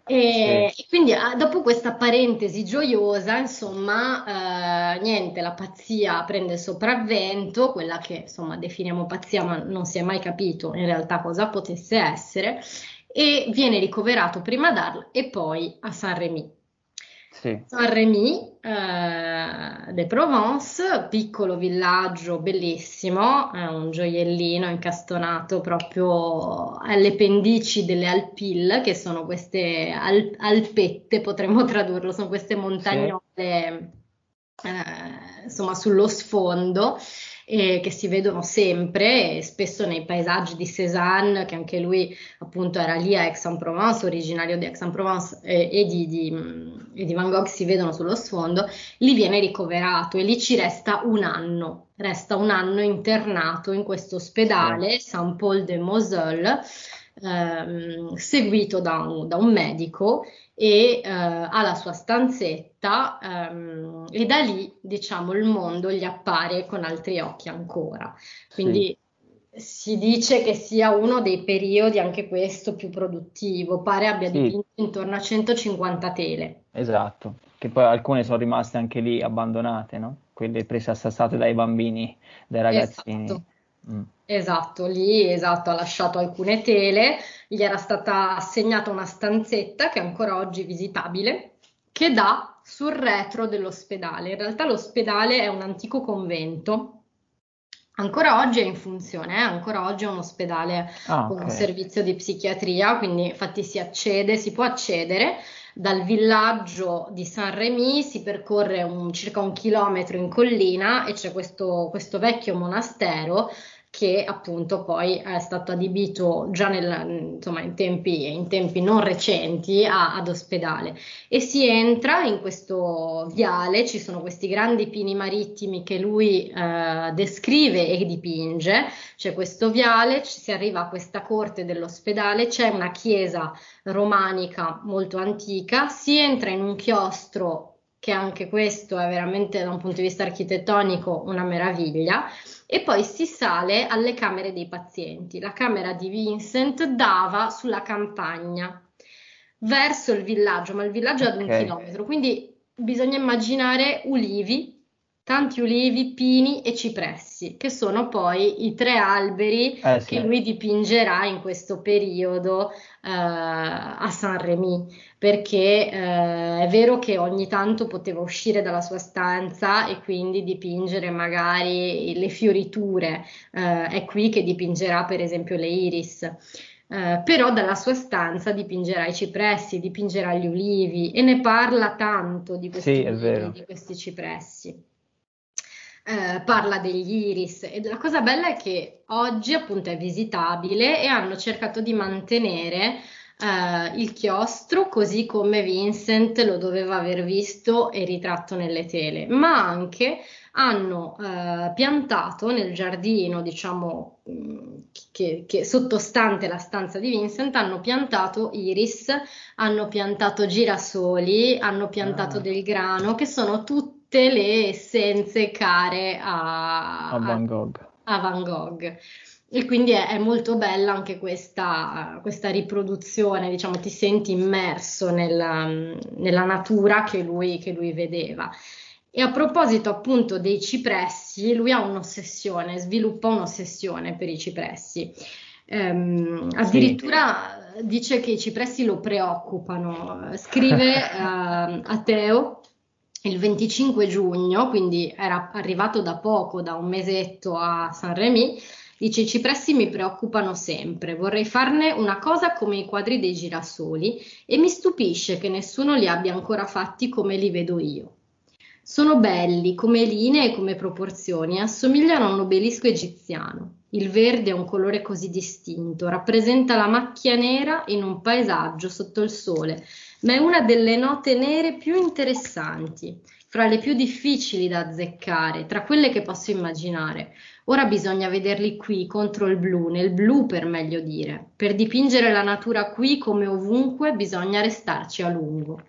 E quindi dopo questa parentesi gioiosa, insomma, niente, la pazzia prende sopravvento, quella che insomma definiamo pazzia, ma non si è mai capito in realtà cosa potesse essere, e viene ricoverato prima ad Arles e poi a Saint-Rémy. Sì, Saint-Rémy de Provence, piccolo villaggio bellissimo, è un gioiellino incastonato proprio alle pendici delle Alpilles, che sono queste alpette, potremmo tradurlo, sono queste sì, montagnole insomma sullo sfondo che si vedono sempre, e spesso nei paesaggi di Cézanne, che anche lui appunto era lì a Aix-en-Provence, originario di Aix-en-Provence, e di Van Gogh si vedono sullo sfondo. Lì viene ricoverato e lì ci resta un anno internato in questo sì, ospedale Saint-Paul-de-Moselle, seguito da un medico, e ha la sua stanzetta, e da lì, diciamo, il mondo gli appare con altri occhi ancora. sì, Quindi si dice che sia uno dei periodi, anche questo, più produttivo. Pare abbia sì, dipinto intorno a 150 tele. esatto. Che poi alcune sono rimaste anche lì abbandonate, no? Quelle prese a sassate dai bambini, dai ragazzini. Esatto. Mm. Esatto, lì esatto, ha lasciato alcune tele, gli era stata assegnata una stanzetta che è ancora oggi visitabile, che dà sul retro dell'ospedale. In realtà l'ospedale è un antico convento, ancora oggi è in funzione, ancora oggi è un ospedale Ah, con ok. un servizio di psichiatria, quindi infatti si può accedere dal villaggio di Saint-Rémy, si percorre circa 1 chilometro in collina e c'è questo vecchio monastero che appunto poi è stato adibito già insomma, in tempi non recenti ad ospedale. E si entra in questo viale, ci sono questi grandi pini marittimi che lui descrive e dipinge, c'è questo viale, si arriva a questa corte dell'ospedale, c'è una chiesa romanica molto antica, si entra in un chiostro che anche questo è veramente da un punto di vista architettonico una meraviglia, e poi si sale alle camere dei pazienti. La camera di Vincent dava sulla campagna verso il villaggio, ma il villaggio è ad Ok. 1 chilometro, quindi bisogna immaginare ulivi, tanti ulivi, pini e cipressi, che sono poi i tre alberi Eh che sì, lui dipingerà in questo periodo a Saint-Rémy, perché è vero che ogni tanto poteva uscire dalla sua stanza e quindi dipingere magari le fioriture, è qui che dipingerà per esempio le iris. Però dalla sua stanza dipingerà i cipressi, dipingerà gli ulivi e ne parla tanto di questi sì, è ulivi, vero. di questi cipressi. Parla degli iris, e la cosa bella è che oggi appunto è visitabile e hanno cercato di mantenere il chiostro così come Vincent lo doveva aver visto e ritratto nelle tele, ma anche hanno piantato nel giardino, diciamo, che sottostante la stanza di Vincent, hanno piantato iris, hanno piantato girasoli, hanno piantato Ah, del grano, che sono tutte le essenze care a Van Gogh. a Van Gogh. E quindi è molto bella anche questa riproduzione, diciamo, ti senti immerso nella natura che lui vedeva. E a proposito appunto dei cipressi, lui ha un'ossessione, sviluppa un'ossessione per i cipressi. Sì, Addirittura dice che i cipressi lo preoccupano. Scrive a Teo il 25 giugno, quindi era arrivato da poco, da un mesetto a Saint-Rémy. Dice: i cipressi mi preoccupano sempre, vorrei farne una cosa come i quadri dei girasoli e mi stupisce che nessuno li abbia ancora fatti come li vedo io. Sono belli come linee e come proporzioni, assomigliano a un obelisco egiziano. Il verde è un colore così distinto, rappresenta la macchia nera in un paesaggio sotto il sole, ma è una delle note nere più interessanti, fra le più difficili da azzeccare, tra quelle che posso immaginare. Ora bisogna vederli qui contro il blu, nel blu per meglio dire. Per dipingere la natura qui come ovunque bisogna restarci a lungo.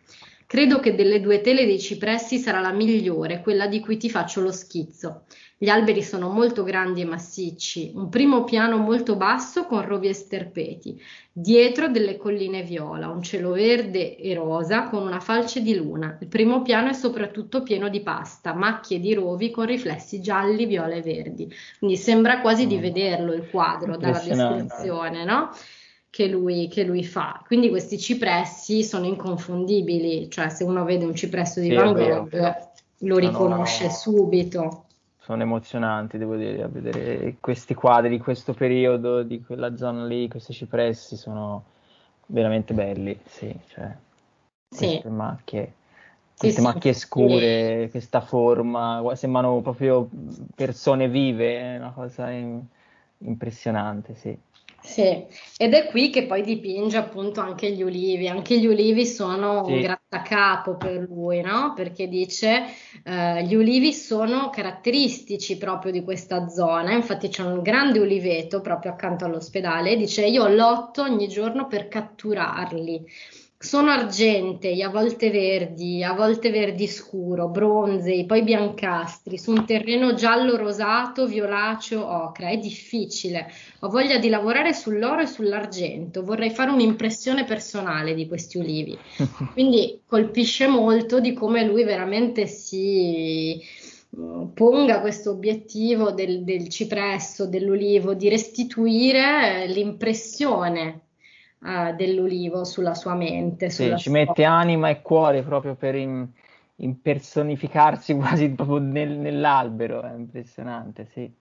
Credo che delle due tele dei cipressi sarà la migliore, quella di cui ti faccio lo schizzo. Gli alberi sono molto grandi e massicci, un primo piano molto basso con rovi e sterpeti, dietro delle colline viola, un cielo verde e rosa con una falce di luna. Il primo piano è soprattutto pieno di pasta, macchie di rovi con riflessi gialli, viola e verdi. Quindi sembra quasi di vederlo il quadro dalla Impressionante. descrizione, no? Che lui fa. Quindi questi cipressi sono inconfondibili, cioè se uno vede un cipresso di Sì, è Van vero. Gogh lo riconosce subito. Sono emozionanti, devo dire, a vedere questi quadri di questo periodo, di quella zona lì, questi cipressi sono veramente belli, sì, cioè Sì, queste macchie, sì, queste sì, macchie scure, questa forma, sembrano proprio persone vive, è una cosa impressionante, sì. sì, ed è qui che poi dipinge appunto anche gli ulivi. Anche gli ulivi sono un Sì, grattacapo per lui, no? Perché dice gli ulivi sono caratteristici proprio di questa zona. Infatti c'è un grande uliveto proprio accanto all'ospedale. Dice io lotto ogni giorno per catturarli. Sono argentei, a volte verdi scuro, bronzei, poi biancastri, su un terreno giallo rosato, violaceo, ocra. È difficile. Ho voglia di lavorare sull'oro e sull'argento, vorrei fare un'impressione personale di questi ulivi. Quindi colpisce molto di come lui veramente si ponga questo obiettivo del cipresso, dell'ulivo, di restituire l'impressione dell'ulivo sulla sua mente, sì, sulla ci sua... mette anima e cuore proprio per impersonificarsi quasi proprio nell'albero, è impressionante, sì.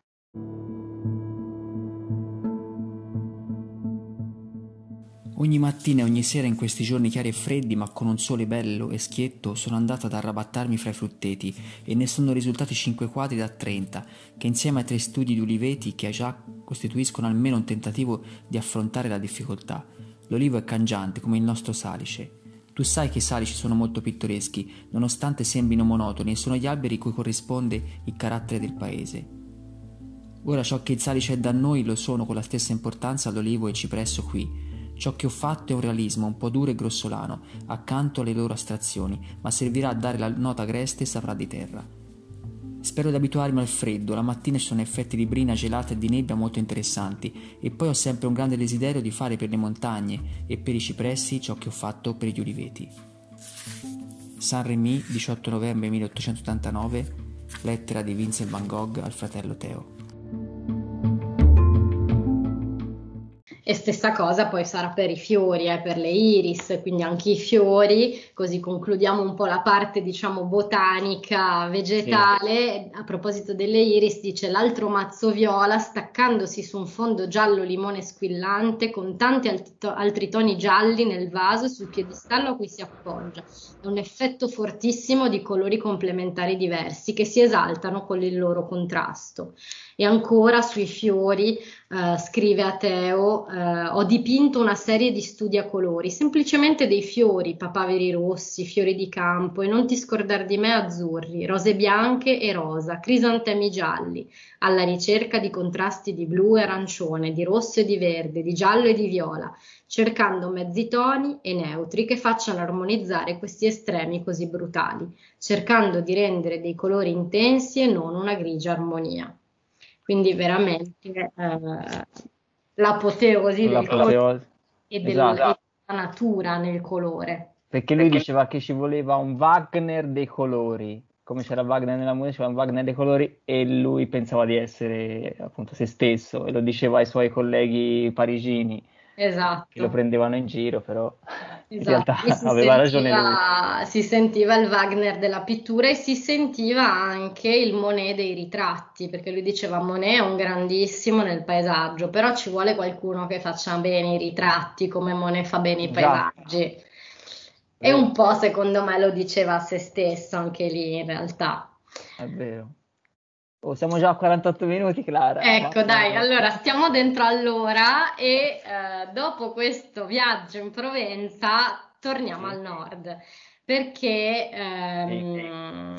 Ogni mattina e ogni sera in questi giorni chiari e freddi, ma con un sole bello e schietto, sono andato ad arrabattarmi fra i frutteti e ne sono risultati 5 quadri da 30, che insieme ai 3 studi di uliveti che già costituiscono almeno un tentativo di affrontare la difficoltà. L'olivo è cangiante come il nostro salice. Tu sai che i salici sono molto pittoreschi, nonostante sembrino monotoni, e sono gli alberi cui corrisponde il carattere del paese. Ora ciò che il salice è da noi lo sono con la stessa importanza l'olivo e il cipresso qui. Ciò che ho fatto è un realismo un po' duro e grossolano, accanto alle loro astrazioni, ma servirà a dare la nota agreste e saprà di terra. Spero di abituarmi al freddo, la mattina ci sono effetti di brina gelata e di nebbia molto interessanti, e poi ho sempre un grande desiderio di fare per le montagne e per i cipressi ciò che ho fatto per gli uliveti. Saint-Rémy, 18 novembre 1889, lettera di Vincent van Gogh al fratello Teo. E stessa cosa poi sarà per i fiori, per le iris, quindi anche i fiori, così concludiamo un po' la parte, diciamo, botanica, Sì. vegetale. A proposito delle iris, dice l'altro mazzo viola staccandosi su un fondo giallo limone squillante con tanti altri toni gialli nel vaso e sul piedistallo a cui si appoggia. È un effetto fortissimo di colori complementari diversi che si esaltano con il loro contrasto. E ancora sui fiori, scrive a Teo, ho dipinto una serie di studi a colori, semplicemente dei fiori, papaveri rossi, fiori di campo e non ti scordar di me azzurri, rose bianche e rosa, crisantemi gialli, alla ricerca di contrasti di blu e arancione, di rosso e di verde, di giallo e di viola, cercando mezzi toni e neutri che facciano armonizzare questi estremi così brutali, cercando di rendere dei colori intensi e non una grigia armonia. Quindi veramente l'apoteosi del colore L'apoteosi. e Esatto, della natura nel colore. perché lui diceva che ci voleva un Wagner dei colori, come c'era Wagner nella musica, c'era un Wagner dei colori e lui pensava di essere appunto se stesso e lo diceva ai suoi colleghi parigini che lo Esatto. prendevano in giro, però in Esatto, realtà lui aveva ragione lui. si sentiva il Wagner della pittura e si sentiva anche il Monet dei ritratti, perché lui diceva Monet è un grandissimo nel paesaggio, però ci vuole qualcuno che faccia bene i ritratti come Monet fa bene i Esatto, paesaggi. E vero, un po' secondo me lo diceva a se stesso anche lì in realtà. è vero. Oh, siamo già a 48 minuti, Clara. Ecco, Mazza, dai, allora mazza. stiamo dentro all'ora e dopo questo viaggio in Provenza torniamo Sì, al nord perché sì.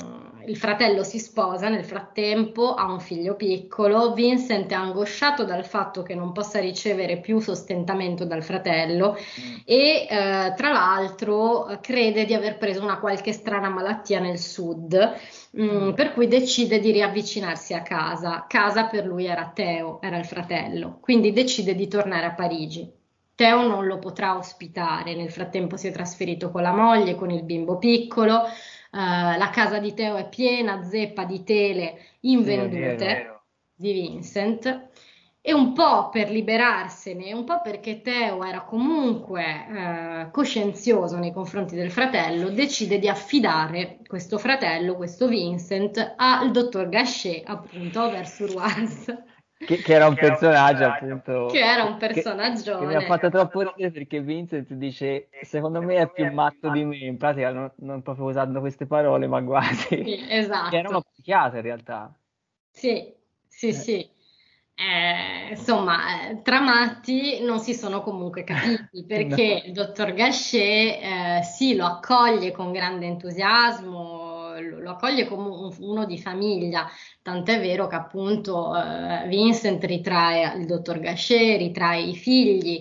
il fratello si sposa nel frattempo, ha un figlio piccolo. Vincent è angosciato dal fatto che non possa ricevere più sostentamento dal fratello e tra l'altro crede di aver preso una qualche strana malattia nel sud, per cui decide di riavvicinarsi a casa. Casa per lui era Theo, era il fratello, quindi decide di tornare a Parigi. Theo non lo potrà ospitare, nel frattempo si è trasferito con la moglie, con il bimbo piccolo. La casa di Theo è piena zeppa di tele invendute di Vincent, e un po' per liberarsene, un po' perché Theo era comunque coscienzioso nei confronti del fratello, decide di affidare questo fratello, questo Vincent, al dottor Gachet, appunto, Auvers-sur-Oise. Che era un personaggio appunto Che era un che mi ha personaggione. fatto troppo ridere, perché Vincent dice secondo me è più matto di me, in pratica non proprio usando queste parole, ma quasi, Sì, che era uno esatto. psichiatra in realtà. Sì, sì, Eh, sì. Insomma, tra matti non si sono comunque capiti, no. perché il dottor Gachet sì, lo accoglie con grande entusiasmo, lo accoglie come uno di famiglia, tant'è vero che appunto Vincent ritrae il dottor Gachet, ritrae i figli,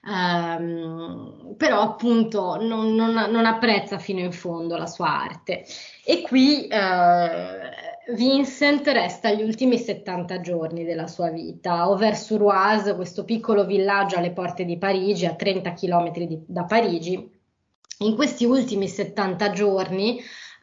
però appunto non apprezza fino in fondo la sua arte. E qui Vincent resta gli ultimi 70 giorni della sua vita a Auvers-sur-Oise, questo piccolo villaggio alle porte di Parigi, a 30 km da Parigi. In questi ultimi 70 giorni,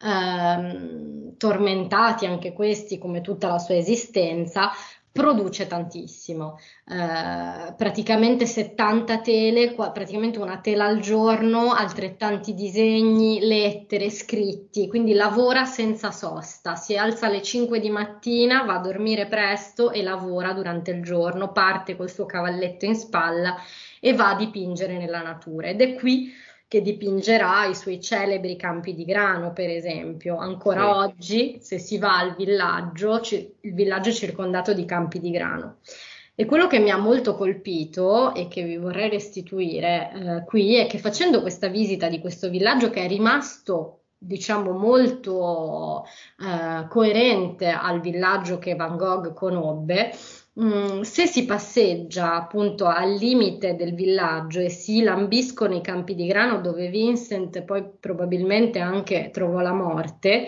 tormentati anche questi come tutta la sua esistenza, produce tantissimo. Praticamente 70 tele, praticamente una tela al giorno, altrettanti disegni, lettere, scritti, quindi lavora senza sosta, si alza alle 5 di mattina, va a dormire presto e lavora durante il giorno, parte col suo cavalletto in spalla e va a dipingere nella natura, ed è qui che dipingerà i suoi celebri campi di grano, per esempio. Ancora Sì. oggi, se si va al villaggio, il villaggio è circondato di campi di grano. E quello che mi ha molto colpito e che vi vorrei restituire qui è che, facendo questa visita di questo villaggio, che è rimasto, diciamo, molto coerente al villaggio che Van Gogh conobbe, se si passeggia appunto al limite del villaggio e si lambiscono i campi di grano dove Vincent poi probabilmente anche trovò la morte,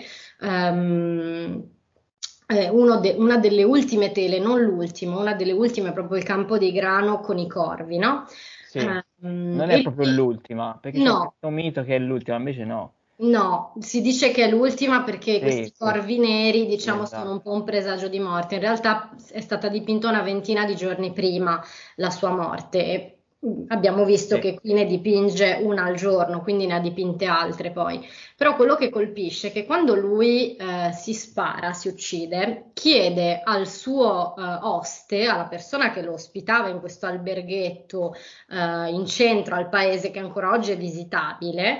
una delle ultime tele, non l'ultima, una delle ultime è proprio il campo di grano con i corvi, no? Sì, non è E proprio l'ultima, perché c'è no, questo mito che è l'ultima, invece no. no, si dice che è l'ultima perché Sì, questi sì, corvi neri, sì, diciamo, sono un esatto. po' un presagio di morte. In realtà è stata dipinta una ventina di giorni prima la sua morte, e abbiamo visto Sì, che qui ne dipinge una al giorno, quindi ne ha dipinte altre poi. Però quello che colpisce è che quando lui si spara, si uccide, chiede al suo oste, alla persona che lo ospitava in questo alberghetto in centro al paese, che ancora oggi è visitabile,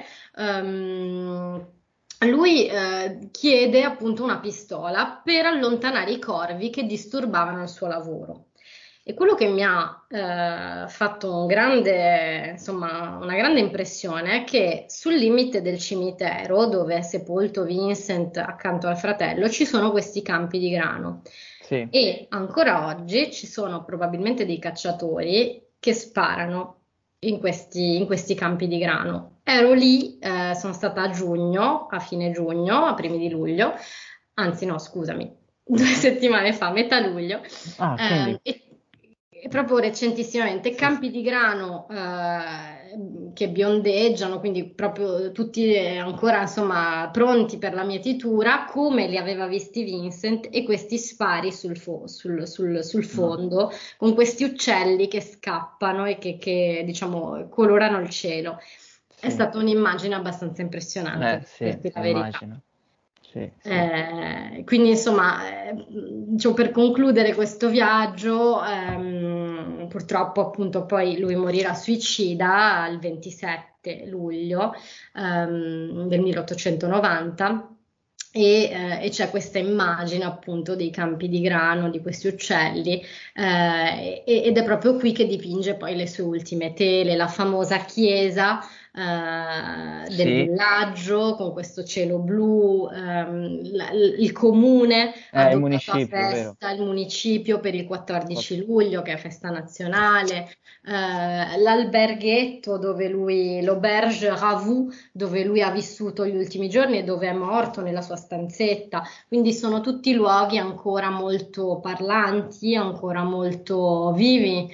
lui chiede appunto una pistola per allontanare i corvi che disturbavano il suo lavoro. E quello che mi ha fatto insomma, una grande impressione è che sul limite del cimitero, dove è sepolto Vincent accanto al fratello, ci sono questi campi di grano. sì, E ancora oggi ci sono probabilmente dei cacciatori che sparano in questi campi di grano. Ero lì, sono stata a giugno, a fine giugno, a primi di luglio, anzi no, scusami, 2 settimane fa, metà luglio, ah, quindi e proprio recentissimamente, sì, sì. campi di grano che biondeggiano, quindi proprio tutti ancora insomma pronti per la mietitura, come li aveva visti Vincent, e questi spari sul No. fondo, con questi uccelli che scappano e diciamo colorano il cielo. È Sì, stata un'immagine abbastanza impressionante, per sì, dirti la verità. immagino. Sì, sì. Quindi insomma, diciamo, per concludere questo viaggio, purtroppo appunto poi lui morirà suicida il 27 luglio del 1890. E c'è questa immagine appunto dei campi di grano, di questi uccelli, ed è proprio qui che dipinge poi le sue ultime tele, la famosa chiesa del villaggio, con questo cielo blu, il comune Il adottato a municipio, vero? festa, il municipio per il 14 luglio, che è festa nazionale, l'alberghetto dove lui, l'Auberge Ravoux, dove lui ha vissuto gli ultimi giorni e dove è morto nella sua stanzetta. Quindi sono tutti luoghi ancora molto parlanti, ancora molto vivi.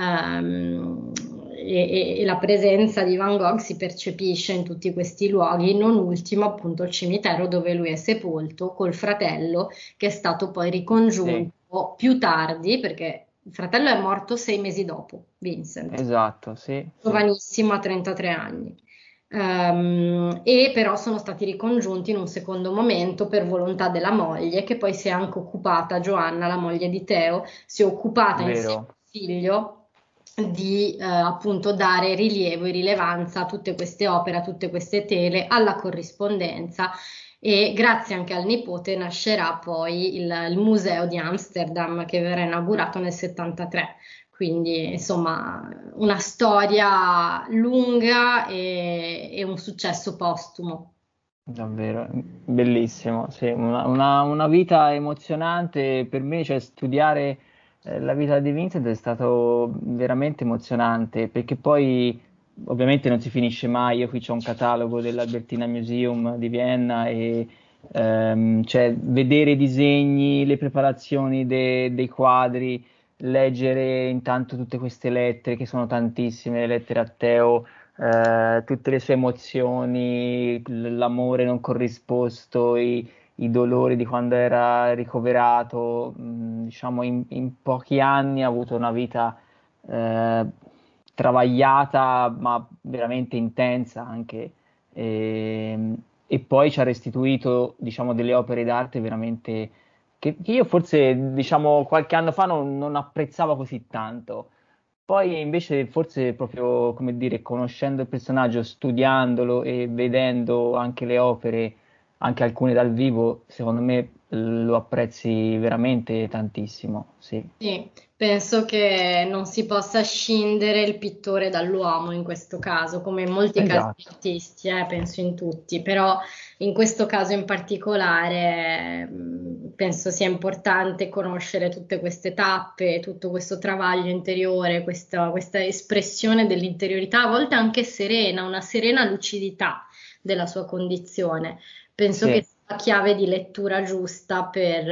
E la presenza di Van Gogh si percepisce in tutti questi luoghi, non ultimo appunto il cimitero dove lui è sepolto col fratello, che è stato poi ricongiunto più tardi, perché il fratello è morto 6 mesi dopo, Vincent, Esatto, sì. giovanissimo, a 33 anni. E però sono stati ricongiunti in un secondo momento per volontà della moglie, che poi si è anche occupata, Giovanna, la moglie di Teo, si è occupata insieme Vero. al figlio di appunto dare rilievo e rilevanza a tutte queste opere, a tutte queste tele, alla corrispondenza, e grazie anche al nipote nascerà poi il museo di Amsterdam, che verrà inaugurato nel 73. Quindi, insomma, una storia lunga e un successo postumo. Davvero, bellissimo, sì, una vita emozionante per me, cioè studiare la vita di Vincent è stato veramente emozionante, perché poi ovviamente non si finisce mai. Io qui c'ho un catalogo dell'Albertina Museum di Vienna e cioè, vedere i disegni, le preparazioni dei quadri, leggere intanto tutte queste lettere, che sono tantissime, le lettere a Teo, tutte le sue emozioni, l'amore non corrisposto, i dolori di quando era ricoverato. Diciamo in pochi anni ha avuto una vita eh, travagliata, ma veramente intensa anche. E, e poi ci ha restituito, diciamo, delle opere d'arte veramente che io forse, diciamo, qualche anno fa non apprezzavo così tanto. Poi invece forse proprio, come dire, conoscendo il personaggio, studiandolo e vedendo anche le opere, anche alcune dal vivo, secondo me lo apprezzi veramente tantissimo, sì. Sì, penso che non si possa scindere il pittore dall'uomo in questo caso, come in molti casi di Esatto, artisti, penso in tutti, però in questo caso in particolare penso sia importante conoscere tutte queste tappe, tutto questo travaglio interiore, questa espressione dell'interiorità, a volte anche serena, una serena lucidità della sua condizione. Penso che sì, sia la chiave di lettura giusta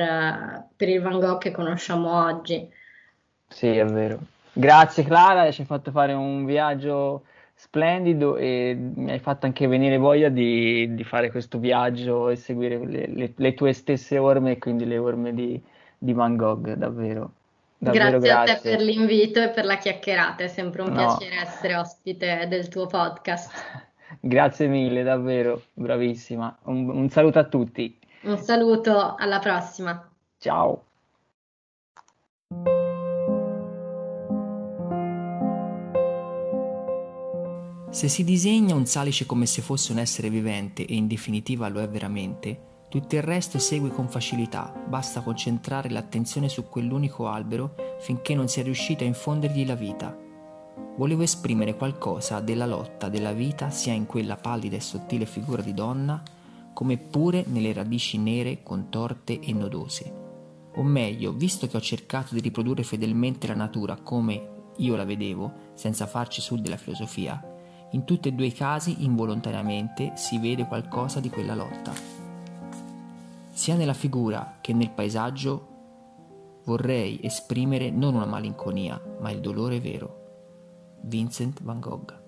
per il Van Gogh che conosciamo oggi. sì, è vero. Grazie Clara, ci hai fatto fare un viaggio splendido e mi hai fatto anche venire voglia di fare questo viaggio e seguire le tue stesse orme e quindi le orme di Van Gogh, davvero, davvero Grazie a te per grazie. l'invito e per la chiacchierata, è sempre un No, piacere essere ospite del tuo podcast. grazie mille, davvero, bravissima. Un saluto a tutti. Un saluto, alla prossima. Ciao. Se si disegna un salice come se fosse un essere vivente, e in definitiva lo è veramente, tutto il resto segue con facilità, basta concentrare l'attenzione su quell'unico albero finché non si è riusciti a infondergli la vita. Volevo esprimere qualcosa della lotta della vita sia in quella pallida e sottile figura di donna, come pure nelle radici nere, contorte e nodose. O meglio, visto che ho cercato di riprodurre fedelmente la natura come io la vedevo, senza farci sul della filosofia, in tutti e due i casi involontariamente si vede qualcosa di quella lotta. Sia nella figura che nel paesaggio vorrei esprimere non una malinconia, ma il dolore vero. Vincent van Gogh.